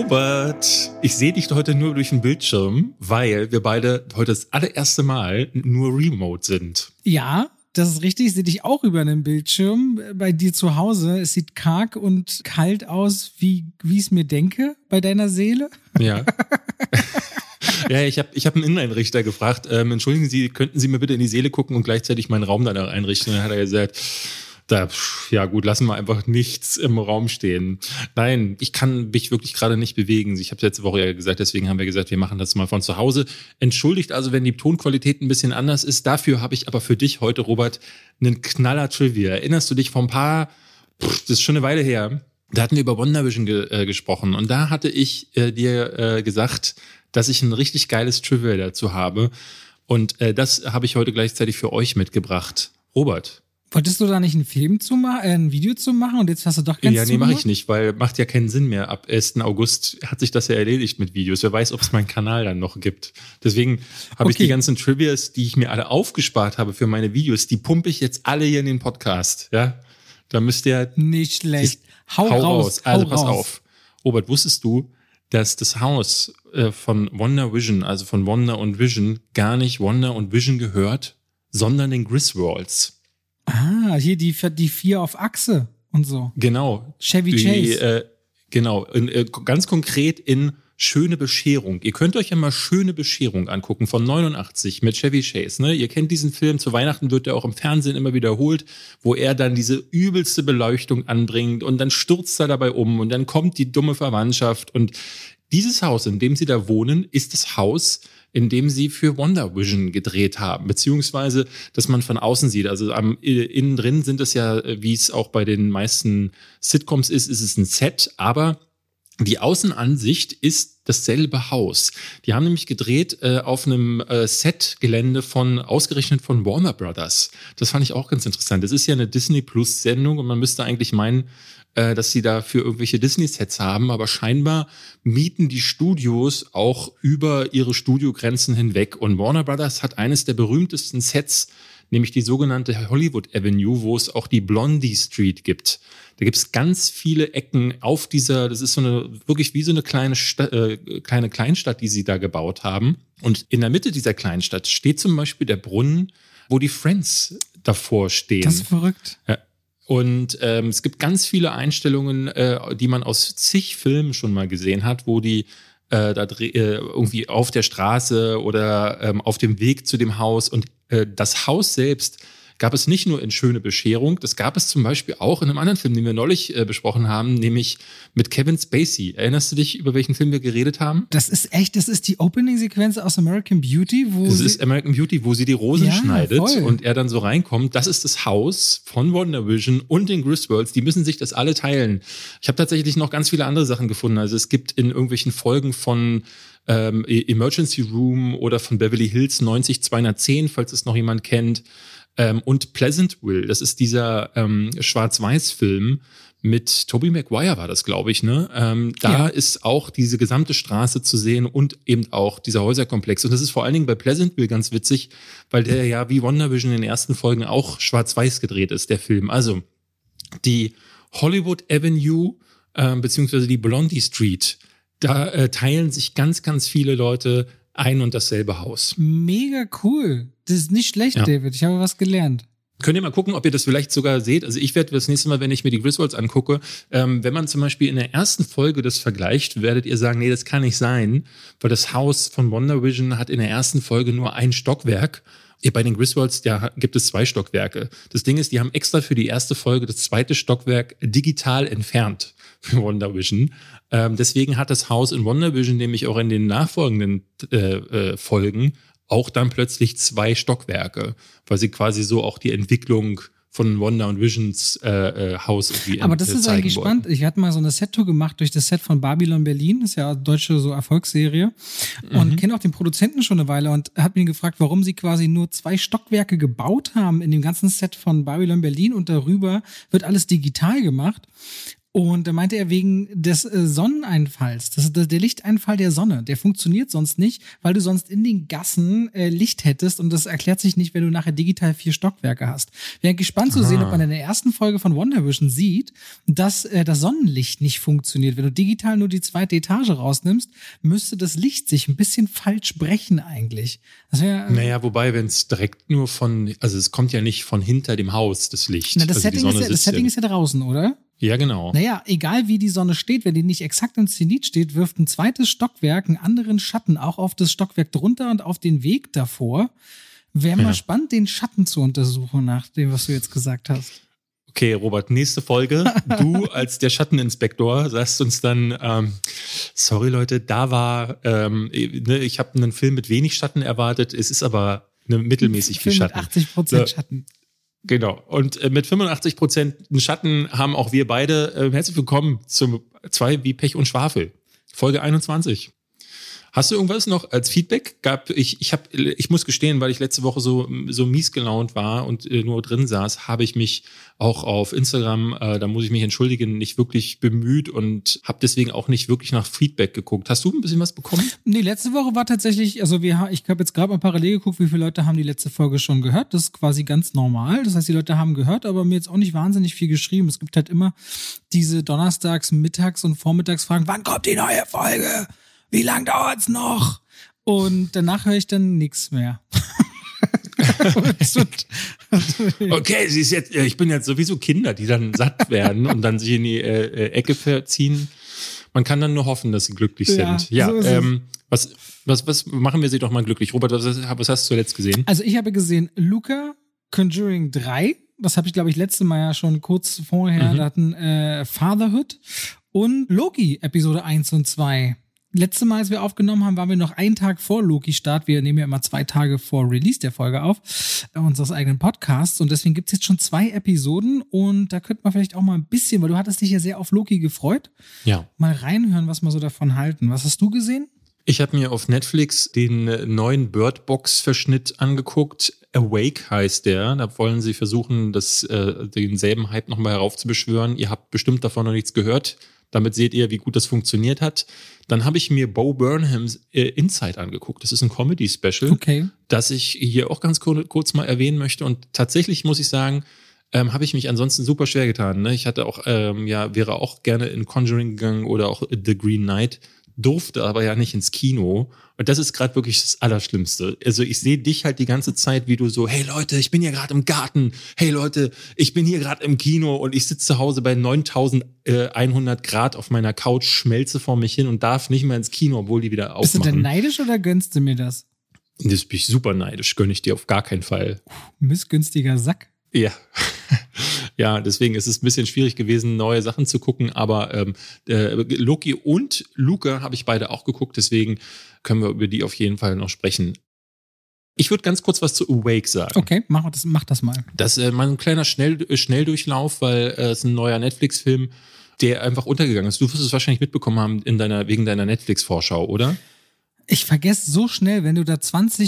Robert, ich sehe dich heute nur durch den Bildschirm, weil wir beide heute das allererste Mal nur remote sind. Ja, das ist richtig. Ich sehe dich auch über einem Bildschirm bei dir zu Hause. Es sieht karg und kalt aus, wie ich es mir denke, bei deiner Seele. Ja. Ja, ich hab einen Inneneinrichter gefragt, entschuldigen Sie, könnten Sie mir bitte in die Seele gucken und gleichzeitig meinen Raum danach einrichten? Und dann hat er gesagt, ja gut, lassen wir einfach nichts im Raum stehen. Nein, ich kann mich wirklich gerade nicht bewegen. Ich habe letzte Woche ja gesagt, deswegen haben wir gesagt, wir machen das mal von zu Hause. Entschuldigt also, wenn die Tonqualität ein bisschen anders ist. Dafür habe ich aber für dich heute, Robert, einen Knaller-Trivia. Erinnerst du dich vor ein paar, das ist schon eine Weile her, da hatten wir über WandaVision gesprochen und da hatte ich dir gesagt, dass ich ein richtig geiles Trivia dazu habe und das habe ich heute gleichzeitig für euch mitgebracht. Robert. Wolltest du da nicht einen Film ein Video zu machen und jetzt hast du doch ganz Ja, nee, mache ich nicht, weil macht ja keinen Sinn mehr. Ab 1. August hat sich das ja erledigt mit Videos. Wer weiß, ob es meinen Kanal dann noch gibt. Deswegen habe ich die ganzen Trivias, die ich mir alle aufgespart habe für meine Videos, die pumpe ich jetzt alle hier in den Podcast. Ja, da müsst ihr... Nicht schlecht. Hau raus. Also pass auf. Robert, wusstest du, dass das Haus von WandaVision, also von Wanda und Vision, gar nicht Wanda und Vision gehört, sondern den Griswolds. Ah, hier die 4 auf Achse und so. Genau. Chevy Chase. Genau. Ganz konkret in Schöne Bescherung. Ihr könnt euch ja mal Schöne Bescherung angucken von 89 mit Chevy Chase. Ne? Ihr kennt diesen Film, zu Weihnachten wird er auch im Fernsehen immer wiederholt, wo er dann diese übelste Beleuchtung anbringt und dann stürzt er dabei um und dann kommt die dumme Verwandtschaft. Und dieses Haus, in dem sie da wohnen, ist das Haus, in dem sie für WandaVision gedreht haben, beziehungsweise, dass man von außen sieht. Also innen drin sind es ja, wie es auch bei den meisten Sitcoms ist es ein Set, aber die Außenansicht ist dasselbe Haus. Die haben nämlich gedreht auf einem Set-Gelände ausgerechnet von Warner Brothers. Das fand ich auch ganz interessant. Das ist ja eine Disney-Plus-Sendung und man müsste eigentlich meinen, dass sie dafür irgendwelche Disney-Sets haben, aber scheinbar mieten die Studios auch über ihre Studiogrenzen hinweg. Und Warner Brothers hat eines der berühmtesten Sets, nämlich die sogenannte Hollywood Avenue, wo es auch die Blondie Street gibt. Da gibt es ganz viele Ecken auf das ist wirklich wie so eine kleine Kleinstadt, die sie da gebaut haben. Und in der Mitte dieser Kleinstadt steht zum Beispiel der Brunnen, wo die Friends davor stehen. Das ist verrückt. Ja. Und es gibt ganz viele Einstellungen, die man aus zig Filmen schon mal gesehen hat, wo die irgendwie auf der Straße oder auf dem Weg zu dem Haus. Und das Haus selbst gab es nicht nur in Schöne Bescherung, das gab es zum Beispiel auch in einem anderen Film, den wir neulich besprochen haben, nämlich mit Kevin Spacey. Erinnerst du dich, über welchen Film wir geredet haben? Das ist die Opening-Sequenz aus American Beauty, wo sie die Rosen schneidet voll. Und er dann so reinkommt. Das ist das Haus von WandaVision und den Griswolds. Die müssen sich das alle teilen. Ich habe tatsächlich noch ganz viele andere Sachen gefunden. Also es gibt in irgendwelchen Folgen von Emergency Room oder von Beverly Hills 90210, falls es noch jemand kennt, und Pleasantville, das ist dieser Schwarz-Weiß-Film mit Tobey Maguire war das, glaube ich, ne? Da ist auch diese gesamte Straße zu sehen und eben auch dieser Häuserkomplex. Und das ist vor allen Dingen bei Pleasantville ganz witzig, weil der ja wie WandaVision in den ersten Folgen auch schwarz-weiß gedreht ist, der Film. Also die Hollywood Avenue beziehungsweise die Blondie Street, da teilen sich ganz, ganz viele Leute ein und dasselbe Haus. Mega cool. Das ist nicht schlecht, ja. David. Ich habe was gelernt. Könnt ihr mal gucken, ob ihr das vielleicht sogar seht. Also ich werde das nächste Mal, wenn ich mir die Griswolds angucke, wenn man zum Beispiel in der ersten Folge das vergleicht, werdet ihr sagen, nee, das kann nicht sein, weil das Haus von WandaVision hat in der ersten Folge nur ein Stockwerk. Bei den Griswolds gibt es 2 Stockwerke. Das Ding ist, die haben extra für die erste Folge das 2. Stockwerk digital entfernt für WandaVision. Deswegen hat das Haus in WandaVision nämlich auch in den nachfolgenden Folgen auch dann plötzlich 2 Stockwerke, weil sie quasi so auch die Entwicklung von Wanda und Visions Haus irgendwie Aber das ist eigentlich spannend. Ich hatte mal so eine Set-Tour gemacht durch das Set von Babylon Berlin, das ist ja eine deutsche so Erfolgsserie, und kenne auch den Produzenten schon eine Weile und habe ihn gefragt, warum sie quasi nur 2 Stockwerke gebaut haben in dem ganzen Set von Babylon Berlin und darüber wird alles digital gemacht. Und da meinte er wegen des Sonneneinfalls, der Lichteinfall der Sonne, der funktioniert sonst nicht, weil du sonst in den Gassen Licht hättest und das erklärt sich nicht, wenn du nachher digital 4 Stockwerke hast. Wäre gespannt zu sehen, ob man in der ersten Folge von WandaVision sieht, dass das Sonnenlicht nicht funktioniert. Wenn du digital nur die 2. Etage rausnimmst, müsste das Licht sich ein bisschen falsch brechen eigentlich. Das naja, wobei, wenn es direkt nur also es kommt ja nicht von hinter dem Haus, das Licht. Na, das Setting ist ja draußen, oder? Ja, genau. Naja, egal wie die Sonne steht, wenn die nicht exakt im Zenit steht, wirft ein zweites Stockwerk einen anderen Schatten auch auf das Stockwerk drunter und auf den Weg davor. Wäre mal spannend, den Schatten zu untersuchen, nach dem, was du jetzt gesagt hast. Okay, Robert, nächste Folge. Du als der Schatteninspektor sagst uns dann, sorry Leute, da war, ich habe einen Film mit wenig Schatten erwartet, es ist aber mittelmäßig viel Schatten. Mit 80% Schatten. Genau. Und mit 85% Schatten haben auch wir beide herzlich willkommen zu 2 wie Pech und Schwafel. Folge 21. Hast du irgendwas noch als Feedback? Ich muss gestehen, weil ich letzte Woche so mies gelaunt war und nur drin saß, habe ich mich auch auf Instagram, da muss ich mich entschuldigen, nicht wirklich bemüht und habe deswegen auch nicht wirklich nach Feedback geguckt. Hast du ein bisschen was bekommen? Nee, letzte Woche war tatsächlich, also ich habe jetzt gerade mal parallel geguckt, wie viele Leute haben die letzte Folge schon gehört. Das ist quasi ganz normal. Das heißt, die Leute haben gehört, aber mir jetzt auch nicht wahnsinnig viel geschrieben. Es gibt halt immer diese Donnerstags-, Mittags- und Vormittagsfragen. Wann kommt die neue Folge? Wie lang dauert's noch? Und danach höre ich dann nichts mehr. Okay, ich bin jetzt sowieso Kinder, die dann satt werden und dann sich in die Ecke verziehen. Man kann dann nur hoffen, dass sie glücklich sind. Ja, so was machen wir sie doch mal glücklich? Robert, was hast du zuletzt gesehen? Also ich habe gesehen Luca, Conjuring 3. Das habe ich, glaube ich, letztes Mal ja schon kurz vorher. Da hatten Fatherhood und Loki, Episode 1 und 2. Letztes Mal, als wir aufgenommen haben, waren wir noch einen Tag vor Loki-Start. Wir nehmen ja immer 2 Tage vor Release der Folge auf, unseres eigenen Podcasts. Und deswegen gibt's jetzt schon 2 Episoden. Und da könnte man vielleicht auch mal ein bisschen, weil du hattest dich ja sehr auf Loki gefreut, mal reinhören, was wir so davon halten. Was hast du gesehen? Ich habe mir auf Netflix den neuen Bird Box-Verschnitt angeguckt. Awake heißt der. Da wollen sie versuchen, denselben Hype nochmal heraufzubeschwören. Ihr habt bestimmt davon noch nichts gehört. Damit seht ihr, wie gut das funktioniert hat. Dann habe ich mir Bo Burnhams Inside angeguckt. Das ist ein Comedy-Special, das ich hier auch ganz kurz mal erwähnen möchte. Und tatsächlich muss ich sagen, habe ich mich ansonsten super schwer getan. Ne? Ich hatte auch, wäre auch gerne in Conjuring gegangen oder auch The Green Knight, durfte aber ja nicht ins Kino. Und das ist gerade wirklich das Allerschlimmste. Also ich sehe dich halt die ganze Zeit, wie du so, hey Leute, ich bin hier gerade im Garten. Hey Leute, ich bin hier gerade im Kino und ich sitze zu Hause bei 9100 Grad auf meiner Couch, schmelze vor mich hin und darf nicht mehr ins Kino, obwohl die wieder aufmachen. Bist du denn neidisch oder gönnst du mir das? Das bin ich super neidisch, gönne ich dir auf gar keinen Fall. Missgünstiger Sack. Ja. Ja, deswegen ist es ein bisschen schwierig gewesen, neue Sachen zu gucken, aber Loki und Luca habe ich beide auch geguckt, deswegen können wir über die auf jeden Fall noch sprechen. Ich würde ganz kurz was zu Awake sagen. Okay, mach das mal. Das ist mal ein kleiner Schnelldurchlauf, weil es ein neuer Netflix-Film, der einfach untergegangen ist. Du wirst es wahrscheinlich mitbekommen haben wegen deiner Netflix-Vorschau, oder? Ich vergesse so schnell, wenn du da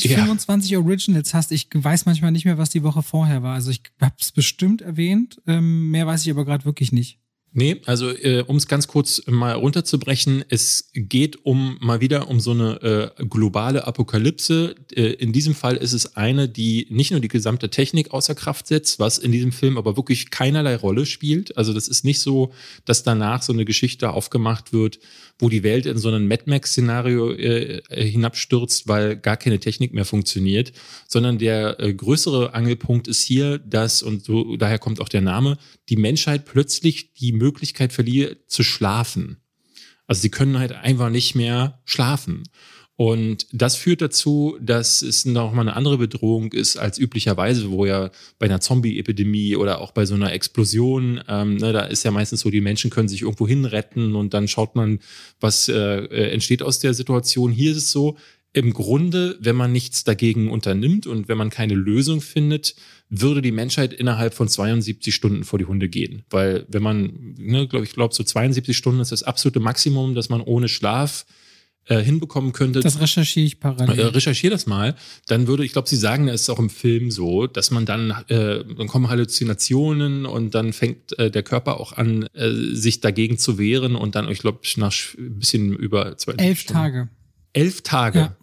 25 Originals hast. Ich weiß manchmal nicht mehr, was die Woche vorher war. Also ich habe es bestimmt erwähnt. Mehr weiß ich aber gerade wirklich nicht. Nee, also um es ganz kurz mal runterzubrechen, es geht mal wieder um so eine globale Apokalypse. In diesem Fall ist es eine, die nicht nur die gesamte Technik außer Kraft setzt, was in diesem Film aber wirklich keinerlei Rolle spielt. Also das ist nicht so, dass danach so eine Geschichte aufgemacht wird, wo die Welt in so ein Mad Max-Szenario hinabstürzt, weil gar keine Technik mehr funktioniert, sondern der größere Angelpunkt ist hier, dass, und so daher kommt auch der Name, die Menschheit plötzlich die Möglichkeit verliert zu schlafen. Also sie können halt einfach nicht mehr schlafen. Und das führt dazu, dass es noch mal eine andere Bedrohung ist als üblicherweise, wo ja bei einer Zombie-Epidemie oder auch bei so einer Explosion, da ist ja meistens so, die Menschen können sich irgendwo hinretten und dann schaut man, was entsteht aus der Situation. Hier ist es so, im Grunde, wenn man nichts dagegen unternimmt und wenn man keine Lösung findet, würde die Menschheit innerhalb von 72 Stunden vor die Hunde gehen. Weil wenn man, ich glaube, so 72 Stunden ist das absolute Maximum, dass man ohne Schlaf hinbekommen könntet. Das recherchiere ich parallel. Recherchiere das mal. Dann würde, ich glaube, Sie sagen, es ist auch im Film so, dass man dann kommen Halluzinationen und dann fängt der Körper auch an, sich dagegen zu wehren und dann, ich glaube, nach ein bisschen über 11 Stunden. Tage. 11 Tage. Ja.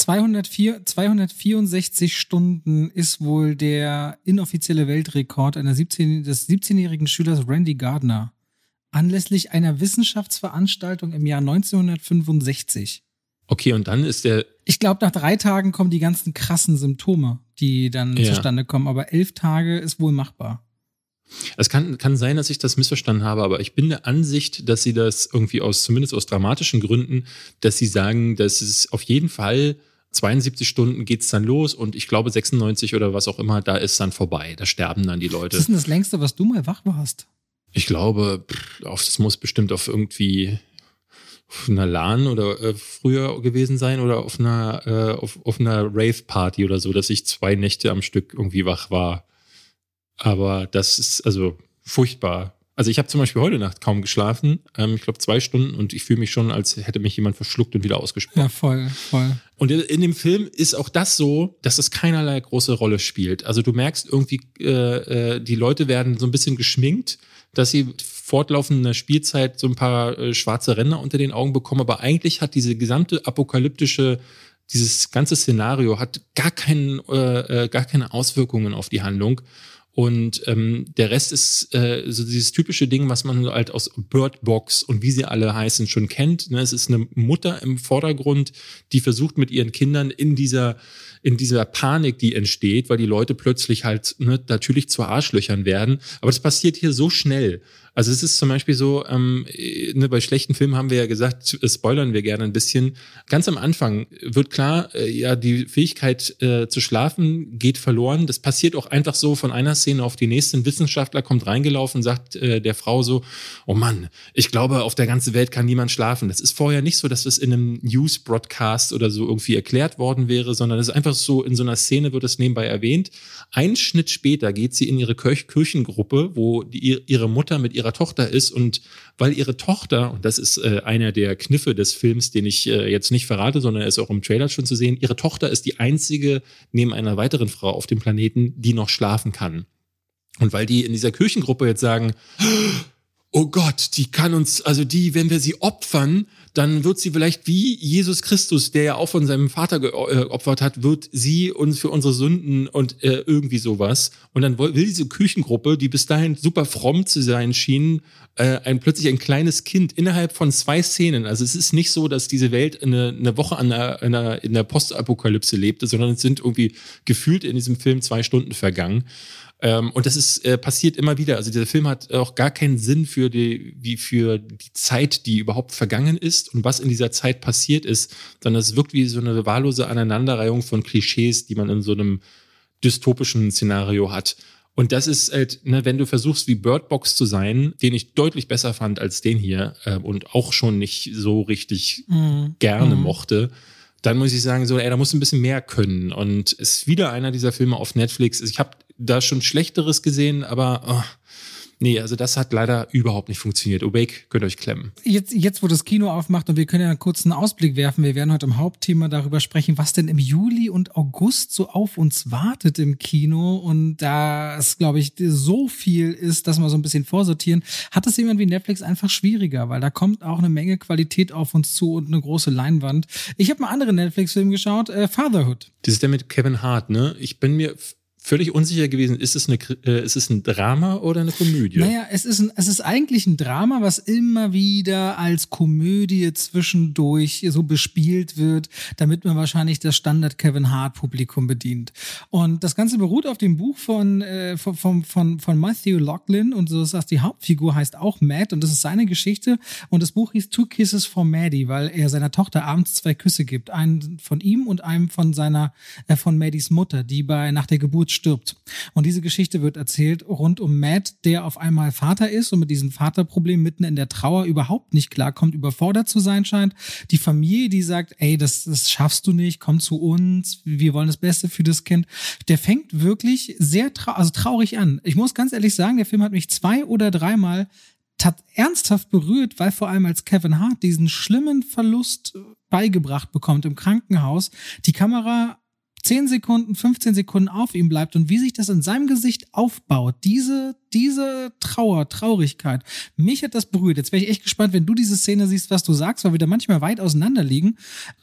264 Stunden ist wohl der inoffizielle Weltrekord des 17-jährigen Schülers Randy Gardner. Anlässlich einer Wissenschaftsveranstaltung im Jahr 1965. Okay, und dann ist der... Ich glaube, nach 3 Tagen kommen die ganzen krassen Symptome, die dann zustande kommen. Aber 11 Tage ist wohl machbar. Es kann sein, dass ich das missverstanden habe, aber ich bin der Ansicht, dass Sie das irgendwie zumindest aus dramatischen Gründen, dass Sie sagen, dass es auf jeden Fall 72 Stunden geht's dann los und ich glaube 96 oder was auch immer, da ist dann vorbei. Da sterben dann die Leute. Was ist denn das Längste, was du mal wach warst? Ich glaube, das muss bestimmt auf einer LAN oder früher gewesen sein oder auf einer Rave-Party oder so, dass ich 2 Nächte am Stück irgendwie wach war. Aber das ist also furchtbar. Also ich habe zum Beispiel heute Nacht kaum geschlafen. Ich glaube 2 Stunden und ich fühle mich schon, als hätte mich jemand verschluckt und wieder ausgespuckt. Ja, voll. Und in dem Film ist auch das so, dass es keinerlei große Rolle spielt. Also du merkst irgendwie, die Leute werden so ein bisschen geschminkt, dass sie fortlaufend in der Spielzeit so ein paar schwarze Ränder unter den Augen bekommen. Aber eigentlich hat dieses ganze Szenario hat gar keine Auswirkungen auf die Handlung. Und der Rest ist so dieses typische Ding, was man halt aus Bird Box und wie sie alle heißen schon kennt. Ne? Es ist eine Mutter im Vordergrund, die versucht mit ihren Kindern in dieser Panik, die entsteht, weil die Leute plötzlich halt natürlich zu Arschlöchern werden. Aber das passiert hier so schnell. Also es ist zum Beispiel so, bei schlechten Filmen haben wir ja gesagt, spoilern wir gerne ein bisschen. Ganz am Anfang wird klar, die Fähigkeit zu schlafen geht verloren. Das passiert auch einfach so von einer Szene auf die nächste. Ein Wissenschaftler kommt reingelaufen und sagt der Frau so, oh Mann, ich glaube, auf der ganzen Welt kann niemand schlafen. Das ist vorher nicht so, dass das in einem News-Broadcast oder so irgendwie erklärt worden wäre, sondern es ist einfach so, in so einer Szene wird es nebenbei erwähnt. Einen Schnitt später geht sie in ihre Kirchengruppe, wo ihre Mutter mit ihrer Tochter ist und weil ihre Tochter, und das ist einer der Kniffe des Films, den ich jetzt nicht verrate, sondern er ist auch im Trailer schon zu sehen, ihre Tochter ist die einzige neben einer weiteren Frau auf dem Planeten, die noch schlafen kann. Und weil die in dieser Kirchengruppe jetzt sagen, oh Gott, die kann uns, also wenn wir sie opfern, dann wird sie vielleicht wie Jesus Christus, der ja auch von seinem Vater geopfert hat, wird sie uns für unsere Sünden und irgendwie sowas. Und dann will diese Kirchengruppe, die bis dahin super fromm zu sein schien, plötzlich ein kleines Kind innerhalb von 2 Szenen. Also es ist nicht so, dass diese Welt eine Woche in der Postapokalypse lebte, sondern es sind irgendwie gefühlt in diesem Film 2 Stunden vergangen. Und das ist passiert immer wieder. Also dieser Film hat auch gar keinen Sinn für die Zeit, die überhaupt vergangen ist und was in dieser Zeit passiert ist, sondern es wirkt wie so eine wahllose Aneinanderreihung von Klischees, die man in so einem dystopischen Szenario hat. Und das ist halt, wenn du versuchst, wie Bird Box zu sein, den ich deutlich besser fand als den hier und auch schon nicht so richtig gerne mochte, dann muss ich sagen, so, da muss ein bisschen mehr können. Und es ist wieder einer dieser Filme auf Netflix. Ich habe da schon Schlechteres gesehen, aber nee, also das hat leider überhaupt nicht funktioniert. Awake, könnt ihr euch klemmen. Jetzt, wo das Kino aufmacht und wir können ja einen kurzen Ausblick werfen, wir werden heute im Hauptthema darüber sprechen, was denn im Juli und August so auf uns wartet im Kino und da es, glaube ich, so viel ist, dass wir so ein bisschen vorsortieren, hat es jemand wie Netflix einfach schwieriger, weil da kommt auch eine Menge Qualität auf uns zu und eine große Leinwand. Ich habe mal andere Netflix-Filme geschaut, Fatherhood. Das ist der mit Kevin Hart, ne? Ich bin mir völlig unsicher gewesen, ist es ein Drama oder eine Komödie? Naja, es ist eigentlich ein Drama, was immer wieder als Komödie zwischendurch so bespielt wird, damit man wahrscheinlich das Standard-Kevin-Hart-Publikum bedient. Und das Ganze beruht auf dem Buch von Matthew Lachlan und so ist das, die Hauptfigur heißt auch Matt und das ist seine Geschichte und das Buch hieß 2 Kisses for Maddie, weil er seiner Tochter abends 2 Küsse gibt. Einen von ihm und einen von Maddies Mutter, die nach der Geburt stirbt. Und diese Geschichte wird erzählt rund um Matt, der auf einmal Vater ist und mit diesem Vaterproblem mitten in der Trauer überhaupt nicht klarkommt, überfordert zu sein scheint. Die Familie, die sagt, ey, das schaffst du nicht, komm zu uns, wir wollen das Beste für das Kind. Der fängt wirklich sehr traurig an. Ich muss ganz ehrlich sagen, der Film hat mich 2 oder 3 Mal ernsthaft berührt, weil vor allem als Kevin Hart diesen schlimmen Verlust beigebracht bekommt im Krankenhaus, die Kamera 10 Sekunden, 15 Sekunden auf ihm bleibt und wie sich das in seinem Gesicht aufbaut, diese Traurigkeit, mich hat das berührt. Jetzt wäre ich echt gespannt, wenn du diese Szene siehst, was du sagst, weil wir da manchmal weit auseinander liegen.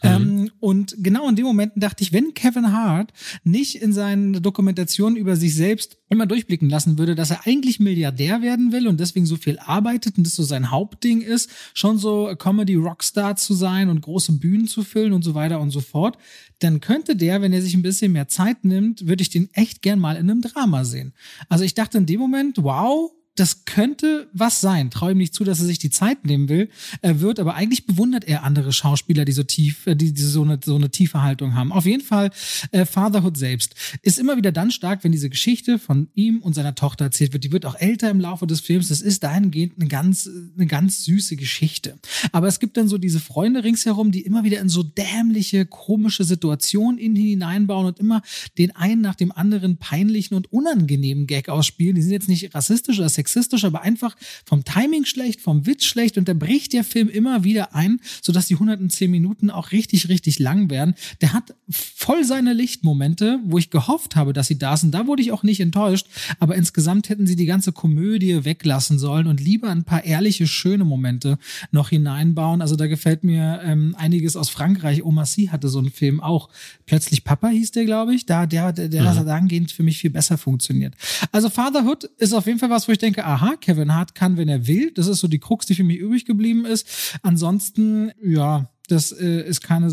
Und genau in dem Moment dachte ich, wenn Kevin Hart nicht in seinen Dokumentationen über sich selbst immer durchblicken lassen würde, dass er eigentlich Milliardär werden will und deswegen so viel arbeitet und das so sein Hauptding ist, schon so Comedy-Rockstar zu sein und große Bühnen zu füllen und so weiter und so fort, dann könnte der, wenn er sich ein bisschen mehr Zeit nimmt, würde ich den echt gern mal in einem Drama sehen. Also ich dachte in dem Moment, wow, das könnte was sein. Traue ihm nicht zu, dass er sich die Zeit nehmen will. Er wird, aber eigentlich bewundert er andere Schauspieler, die so tief, die so eine tiefe Haltung haben. Auf jeden Fall, Fatherhood selbst ist immer wieder dann stark, wenn diese Geschichte von ihm und seiner Tochter erzählt wird. Die wird auch älter im Laufe des Films. Das ist dahingehend eine ganz süße Geschichte. Aber es gibt dann so diese Freunde ringsherum, die immer wieder in so dämliche, komische Situationen in ihn hineinbauen und immer den einen nach dem anderen peinlichen und unangenehmen Gag ausspielen. Die sind jetzt nicht rassistisch oder sexistisch, aber einfach vom Timing schlecht, vom Witz schlecht und da bricht der Film immer wieder ein, sodass die 110 Minuten auch richtig, richtig lang werden. Der hat voll seine Lichtmomente, wo ich gehofft habe, dass sie da sind. Da wurde ich auch nicht enttäuscht, aber insgesamt hätten sie die ganze Komödie weglassen sollen und lieber ein paar ehrliche, schöne Momente noch hineinbauen. Also da gefällt mir einiges aus Frankreich. Omar Sy hatte so einen Film auch. Plötzlich Papa hieß der, glaube ich. Der hat dahingehend für mich viel besser funktioniert. Also Fatherhood ist auf jeden Fall was, wo ich denke, aha, Kevin Hart kann, wenn er will. Das ist so die Krux, die für mich übrig geblieben ist. Ansonsten, ja, das ist keine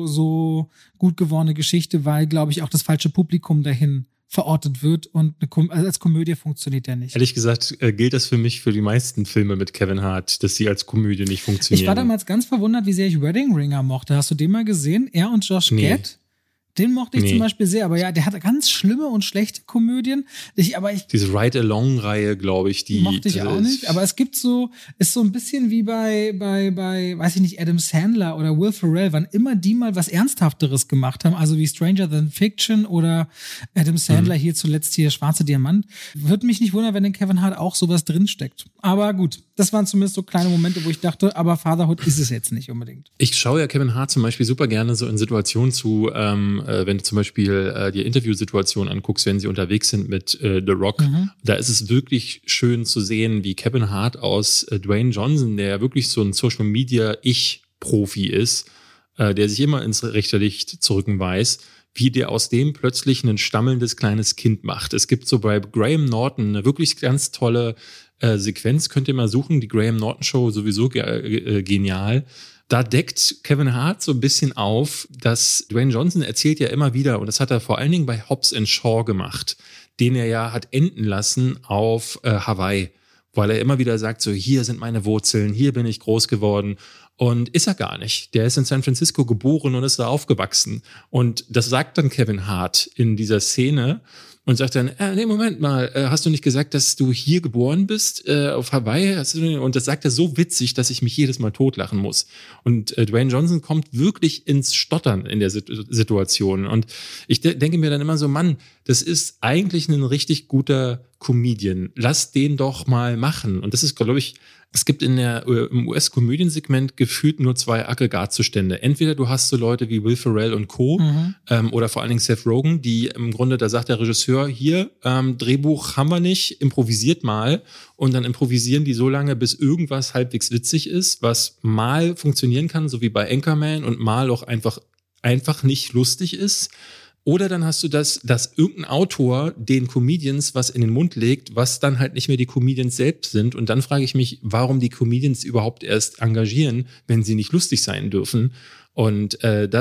so gut gewordene Geschichte, weil, glaube ich, auch das falsche Publikum dahin verortet wird und als Komödie funktioniert der nicht. Ehrlich gesagt gilt das für mich für die meisten Filme mit Kevin Hart, dass sie als Komödie nicht funktionieren. Ich war damals ganz verwundert, wie sehr ich Wedding Ringer mochte. Hast du den mal gesehen? Er und Josh Gad? Den mochte ich zum Beispiel sehr, aber ja, der hat ganz schlimme und schlechte Komödien. Diese Ride-Along-Reihe, glaube ich, die mochte ich auch nicht. Aber es gibt ist so ein bisschen wie bei, weiß ich nicht, Adam Sandler oder Will Ferrell, wann immer die mal was Ernsthafteres gemacht haben, also wie Stranger Than Fiction oder Adam Sandler hier zuletzt hier Schwarze Diamant. Würde mich nicht wundern, wenn in Kevin Hart auch sowas drinsteckt. Aber gut, das waren zumindest so kleine Momente, wo ich dachte, aber Fatherhood ist es jetzt nicht unbedingt. Ich schaue ja Kevin Hart zum Beispiel super gerne so in Situationen zu, wenn du zum Beispiel dir Interviewsituationen anguckst, wenn sie unterwegs sind mit The Rock, da ist es wirklich schön zu sehen, wie Kevin Hart aus Dwayne Johnson, der wirklich so ein Social-Media-Ich-Profi ist, der sich immer ins rechte Licht zurücken weiß, wie der aus dem plötzlich ein stammelndes kleines Kind macht. Es gibt so bei Graham Norton eine wirklich ganz tolle Sequenz, könnt ihr mal suchen, die Graham Norton Show, sowieso genial. Da deckt Kevin Hart so ein bisschen auf, dass Dwayne Johnson erzählt ja immer wieder, und das hat er vor allen Dingen bei Hobbs & Shaw gemacht, den er ja hat enden lassen auf Hawaii, weil er immer wieder sagt, so hier sind meine Wurzeln, hier bin ich groß geworden. Und ist er gar nicht. Der ist in San Francisco geboren und ist da aufgewachsen. Und das sagt dann Kevin Hart in dieser Szene und sagt dann, nee, Moment mal, hast du nicht gesagt, dass du hier geboren bist, auf Hawaii? Und das sagt er so witzig, dass ich mich jedes Mal totlachen muss. Und Dwayne Johnson kommt wirklich ins Stottern in der Situation. Und ich denke mir dann immer so, Mann, das ist eigentlich ein richtig guter Comedian. Lass den doch mal machen. Und das ist, glaube ich, es gibt im US-Komödiensegment gefühlt nur zwei Aggregatzustände. Entweder du hast so Leute wie Will Ferrell und Co. Oder vor allen Dingen Seth Rogen, die im Grunde, da sagt der Regisseur, hier, Drehbuch haben wir nicht, improvisiert mal. Und dann improvisieren die so lange, bis irgendwas halbwegs witzig ist, was mal funktionieren kann, so wie bei Anchorman, und mal auch einfach nicht lustig ist. Oder dann hast du dass irgendein Autor den Comedians was in den Mund legt, was dann halt nicht mehr die Comedians selbst sind. Und dann frage ich mich, warum die Comedians überhaupt erst engagieren, wenn sie nicht lustig sein dürfen. Und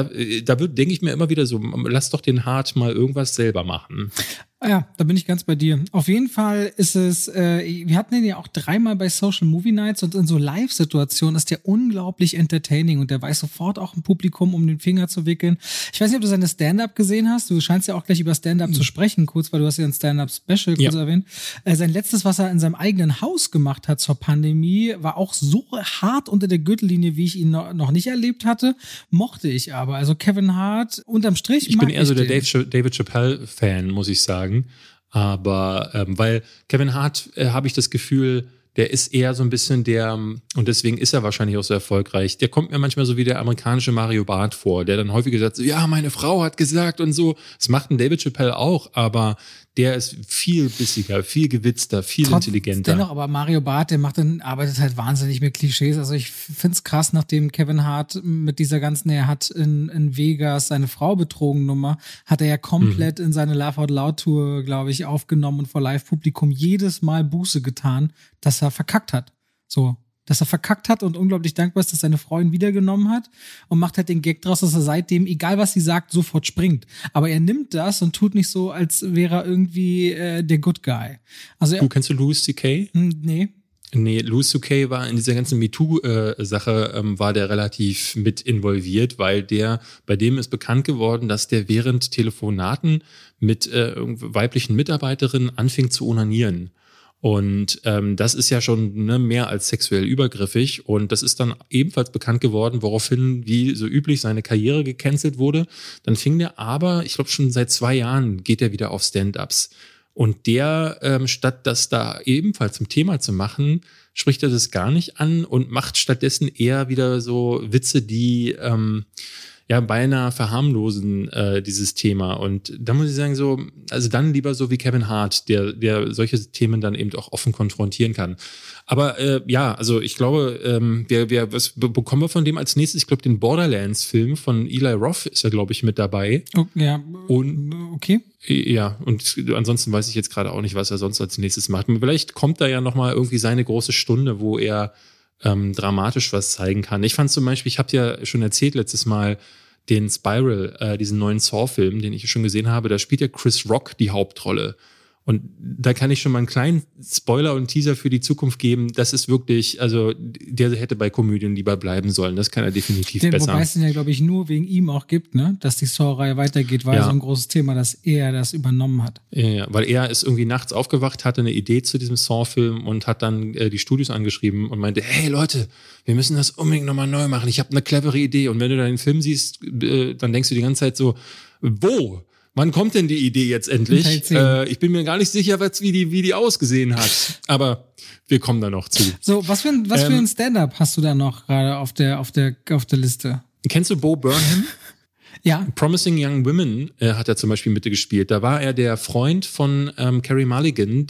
denke ich mir immer wieder so, lass doch den Hart mal irgendwas selber machen. Ja, da bin ich ganz bei dir. Auf jeden Fall ist es, wir hatten den ja auch 3-mal bei Social Movie Nights und in so Live-Situationen ist der unglaublich entertaining und der weiß sofort auch ein Publikum um den Finger zu wickeln. Ich weiß nicht, ob du seine Stand-Up gesehen hast. Du scheinst ja auch gleich über Stand-Up zu sprechen, kurz, weil du hast ja ein Stand-Up-Special kurz erwähnt. Sein letztes, was er in seinem eigenen Haus gemacht hat zur Pandemie, war auch so hart unter der Gürtellinie, wie ich ihn noch nicht erlebt hatte. Mochte ich aber. Also Kevin Hart, unterm Strich. Ich bin eher so der David Chappelle-Fan, muss ich sagen. Aber weil Kevin Hart, habe ich das Gefühl, der ist eher so ein bisschen und deswegen ist er wahrscheinlich auch so erfolgreich, der kommt mir manchmal so wie der amerikanische Mario Barth vor, der dann häufig sagt, so, ja, meine Frau hat gesagt und so. Das macht ein David Chappelle auch, aber der ist viel bissiger, viel gewitzter, viel intelligenter. Dennoch, aber Mario Barth, arbeitet halt wahnsinnig mit Klischees. Also ich find's krass, nachdem Kevin Hart mit dieser ganzen, er hat in Vegas seine Frau betrogen Nummer, hat er ja komplett in seine Laugh Out Loud Tour, glaube ich, aufgenommen und vor Live-Publikum jedes Mal Buße getan, dass er verkackt hat. So. Dass er verkackt hat und unglaublich dankbar ist, dass seine Frau ihn wiedergenommen hat und macht halt den Gag draus, dass er seitdem, egal was sie sagt, sofort springt. Aber er nimmt das und tut nicht so, als wäre er irgendwie der Good Guy. Also kennst du Louis C.K.? Nee. Nee, Louis C.K. war in dieser ganzen MeToo-Sache, war der relativ mit involviert, weil bei dem ist bekannt geworden, dass der während Telefonaten mit weiblichen Mitarbeiterinnen anfing zu onanieren. Und das ist ja schon mehr als sexuell übergriffig. Und das ist dann ebenfalls bekannt geworden, woraufhin, wie so üblich, seine Karriere gecancelt wurde. Dann fing der aber, ich glaube schon seit 2 Jahren, geht er wieder auf Stand-Ups. Und der, statt das da ebenfalls zum Thema zu machen, spricht er das gar nicht an und macht stattdessen eher wieder so Witze, die beinahe verharmlosen dieses Thema. Und da muss ich sagen, so, also dann lieber so wie Kevin Hart, der solche Themen dann eben auch offen konfrontieren kann. Aber also ich glaube, was bekommen wir von dem als nächstes? Ich glaube, den Borderlands-Film von Eli Roth ist ja, glaube ich, mit dabei. Oh, ja, und okay. Ja, und ansonsten weiß ich jetzt gerade auch nicht, was er sonst als nächstes macht. Vielleicht kommt da ja nochmal irgendwie seine große Stunde, wo er dramatisch was zeigen kann. Ich fand zum Beispiel, ich habe ja schon erzählt letztes Mal, den Spiral, diesen neuen Saw-Film, den ich schon gesehen habe, da spielt ja Chris Rock die Hauptrolle. Und da kann ich schon mal einen kleinen Spoiler und Teaser für die Zukunft geben. Das ist wirklich, also der hätte bei Komödien lieber bleiben sollen. Das kann er definitiv besser. Wobei es den ja, glaube ich, nur wegen ihm auch gibt, ne? Dass die Saw-Reihe weitergeht, war ja so ein großes Thema, dass er das übernommen hat. Ja, weil er ist irgendwie nachts aufgewacht, hatte eine Idee zu diesem Saw-Film und hat dann die Studios angeschrieben und meinte, hey Leute, wir müssen das unbedingt nochmal neu machen. Ich habe eine clevere Idee. Und wenn du dann den Film siehst, dann denkst du die ganze Zeit so, wo? Wann kommt denn die Idee jetzt endlich? Ich bin mir gar nicht sicher, wie die ausgesehen hat. Aber wir kommen da noch zu. So, was für ein Stand-up hast du da noch gerade auf der Liste? Kennst du Bo Burnham? Ja. Promising Young Women hat er zum Beispiel mitgespielt. Da war er der Freund von Carey Mulligan,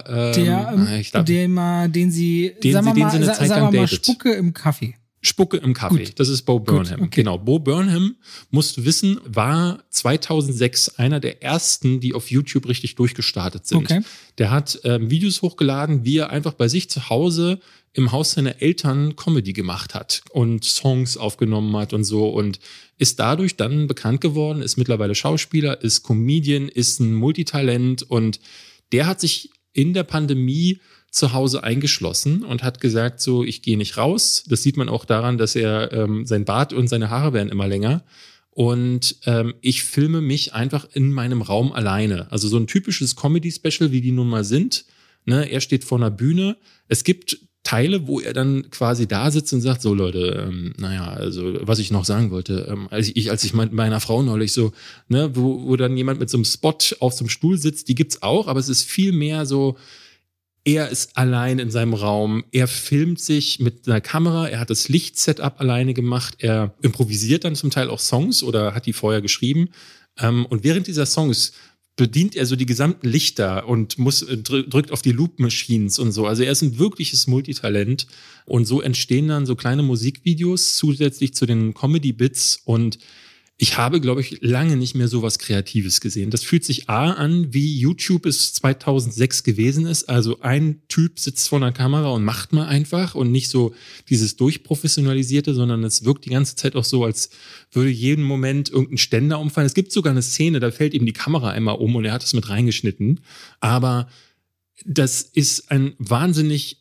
den sie eine Zeit lang datet. Spucke im Kaffee. Spucke im Kaffee. Gut. Das ist Bo Burnham. Okay. Genau. Bo Burnham, musst du wissen, war 2006 einer der ersten, die auf YouTube richtig durchgestartet sind. Okay. Der hat Videos hochgeladen, wie er einfach bei sich zu Hause im Haus seiner Eltern Comedy gemacht hat und Songs aufgenommen hat und so und ist dadurch dann bekannt geworden, ist mittlerweile Schauspieler, ist Comedian, ist ein Multitalent und der hat sich in der Pandemie zu Hause eingeschlossen und hat gesagt, so, ich gehe nicht raus. Das sieht man auch daran, dass er sein Bart und seine Haare werden immer länger. Und ich filme mich einfach in meinem Raum alleine. Also so ein typisches Comedy-Special, wie die nun mal sind. Ne? Er steht vor einer Bühne. Es gibt Teile, wo er dann quasi da sitzt und sagt, so Leute, also was ich noch sagen wollte, als ich mit meiner Frau neulich so, ne, wo dann jemand mit so einem Spot auf so einem Stuhl sitzt, die gibt's auch, aber es ist viel mehr so, er ist allein in seinem Raum, er filmt sich mit einer Kamera, er hat das Lichtsetup alleine gemacht, er improvisiert dann zum Teil auch Songs oder hat die vorher geschrieben und während dieser Songs bedient er so die gesamten Lichter und drückt auf die Loop-Machines und so. Also er ist ein wirkliches Multitalent und so entstehen dann so kleine Musikvideos zusätzlich zu den Comedy-Bits und ich habe, glaube ich, lange nicht mehr so was Kreatives gesehen. Das fühlt sich an, wie YouTube es 2006 gewesen ist. Also ein Typ sitzt vor einer Kamera und macht mal einfach und nicht so dieses Durchprofessionalisierte, sondern es wirkt die ganze Zeit auch so, als würde jeden Moment irgendein Ständer umfallen. Es gibt sogar eine Szene, da fällt ihm die Kamera einmal um und er hat es mit reingeschnitten. Aber das ist ein wahnsinnig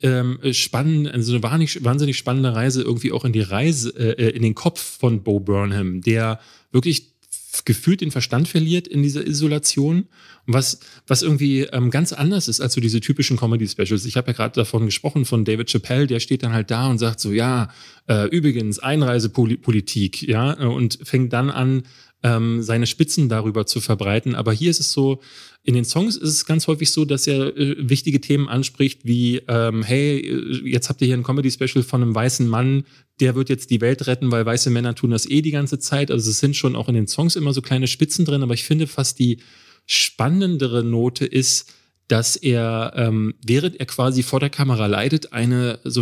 wahnsinnig spannende Reise irgendwie auch in die Reise, in den Kopf von Bo Burnham, der wirklich gefühlt den Verstand verliert in dieser Isolation. Und was irgendwie ganz anders ist als so diese typischen Comedy-Specials. Ich habe ja gerade davon gesprochen, von David Chappelle, der steht dann halt da und sagt so, ja, übrigens, Einreisepolitik, ja, und fängt dann an, seine Spitzen darüber zu verbreiten. Aber hier ist es so, in den Songs ist es ganz häufig so, dass er wichtige Themen anspricht, wie, hey, jetzt habt ihr hier ein Comedy-Special von einem weißen Mann, der wird jetzt die Welt retten, weil weiße Männer tun das die ganze Zeit. Also es sind schon auch in den Songs immer so kleine Spitzen drin, aber ich finde fast die spannendere Note ist, dass er, während er quasi vor der Kamera leidet, so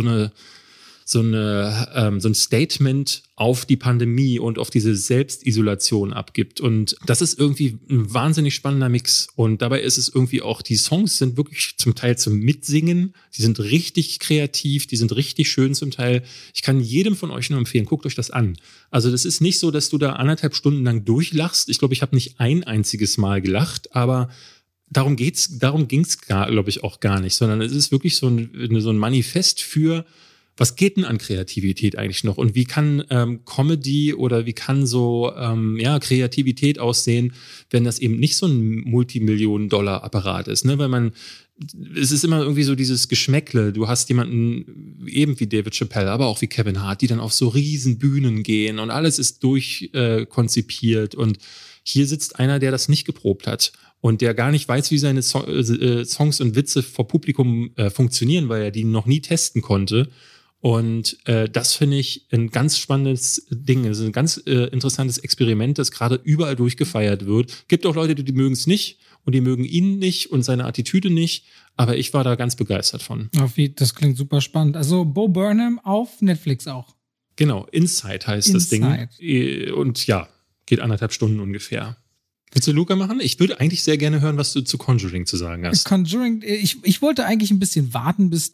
ein Statement auf die Pandemie und auf diese Selbstisolation abgibt. Und das ist irgendwie ein wahnsinnig spannender Mix. Und dabei ist es irgendwie auch, die Songs sind wirklich zum Teil zum Mitsingen. Die sind richtig kreativ, die sind richtig schön zum Teil. Ich kann jedem von euch nur empfehlen, guckt euch das an. Also das ist nicht so, dass du da 1,5 Stunden lang durchlachst. Ich glaube, ich habe nicht ein einziges Mal gelacht, aber darum ging's, glaube ich, auch gar nicht, sondern es ist wirklich so ein Manifest für, was geht denn an Kreativität eigentlich noch? Und wie kann Comedy oder wie kann so Kreativität aussehen, wenn das eben nicht so ein Multimillionen-Dollar-Apparat ist? Ne? Weil es ist immer irgendwie so dieses Geschmäckle. Du hast jemanden eben wie David Chappelle, aber auch wie Kevin Hart, die dann auf so riesen Bühnen gehen und alles ist durchkonzipiert. Und hier sitzt einer, der das nicht geprobt hat und der gar nicht weiß, wie seine Songs und Witze vor Publikum funktionieren, weil er die noch nie testen konnte. Und das finde ich ein ganz spannendes Ding. Das ist ein ganz interessantes Experiment, das gerade überall durchgefeiert wird. Gibt auch Leute, die mögen es nicht und die mögen ihn nicht und seine Attitüde nicht. Aber ich war da ganz begeistert von. Das klingt super spannend. Also Bo Burnham auf Netflix auch. Genau, Inside heißt das Ding. Und ja, geht 1,5 Stunden ungefähr. Willst du Luca machen? Ich würde eigentlich sehr gerne hören, was du zu Conjuring zu sagen hast. Conjuring, ich wollte eigentlich ein bisschen warten, bis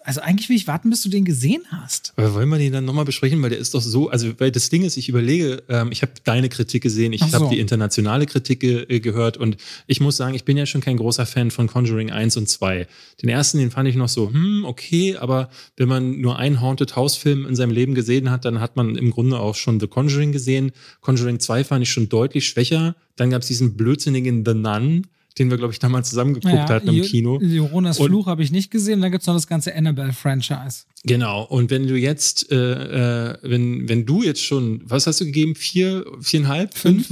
du den gesehen hast. Aber wollen wir den dann nochmal besprechen? Weil der ist doch so, also weil das Ding ist, ich überlege, ich habe deine Kritik gesehen, ich habe die internationale Kritik gehört und ich muss sagen, ich bin ja schon kein großer Fan von Conjuring 1 und 2. Den ersten, den fand ich noch so, okay, aber wenn man nur einen Haunted House Film in seinem Leben gesehen hat, dann hat man im Grunde auch schon The Conjuring gesehen. Conjuring 2 fand ich schon deutlich schwächer. Dann gab es diesen blödsinnigen The Nun, den wir, glaube ich, damals zusammen geguckt hatten im Kino. Jonas Fluch habe ich nicht gesehen. Und dann gibt es noch das ganze Annabelle-Franchise. Genau. Und wenn du jetzt, wenn du jetzt schon, was hast du gegeben? 4,5?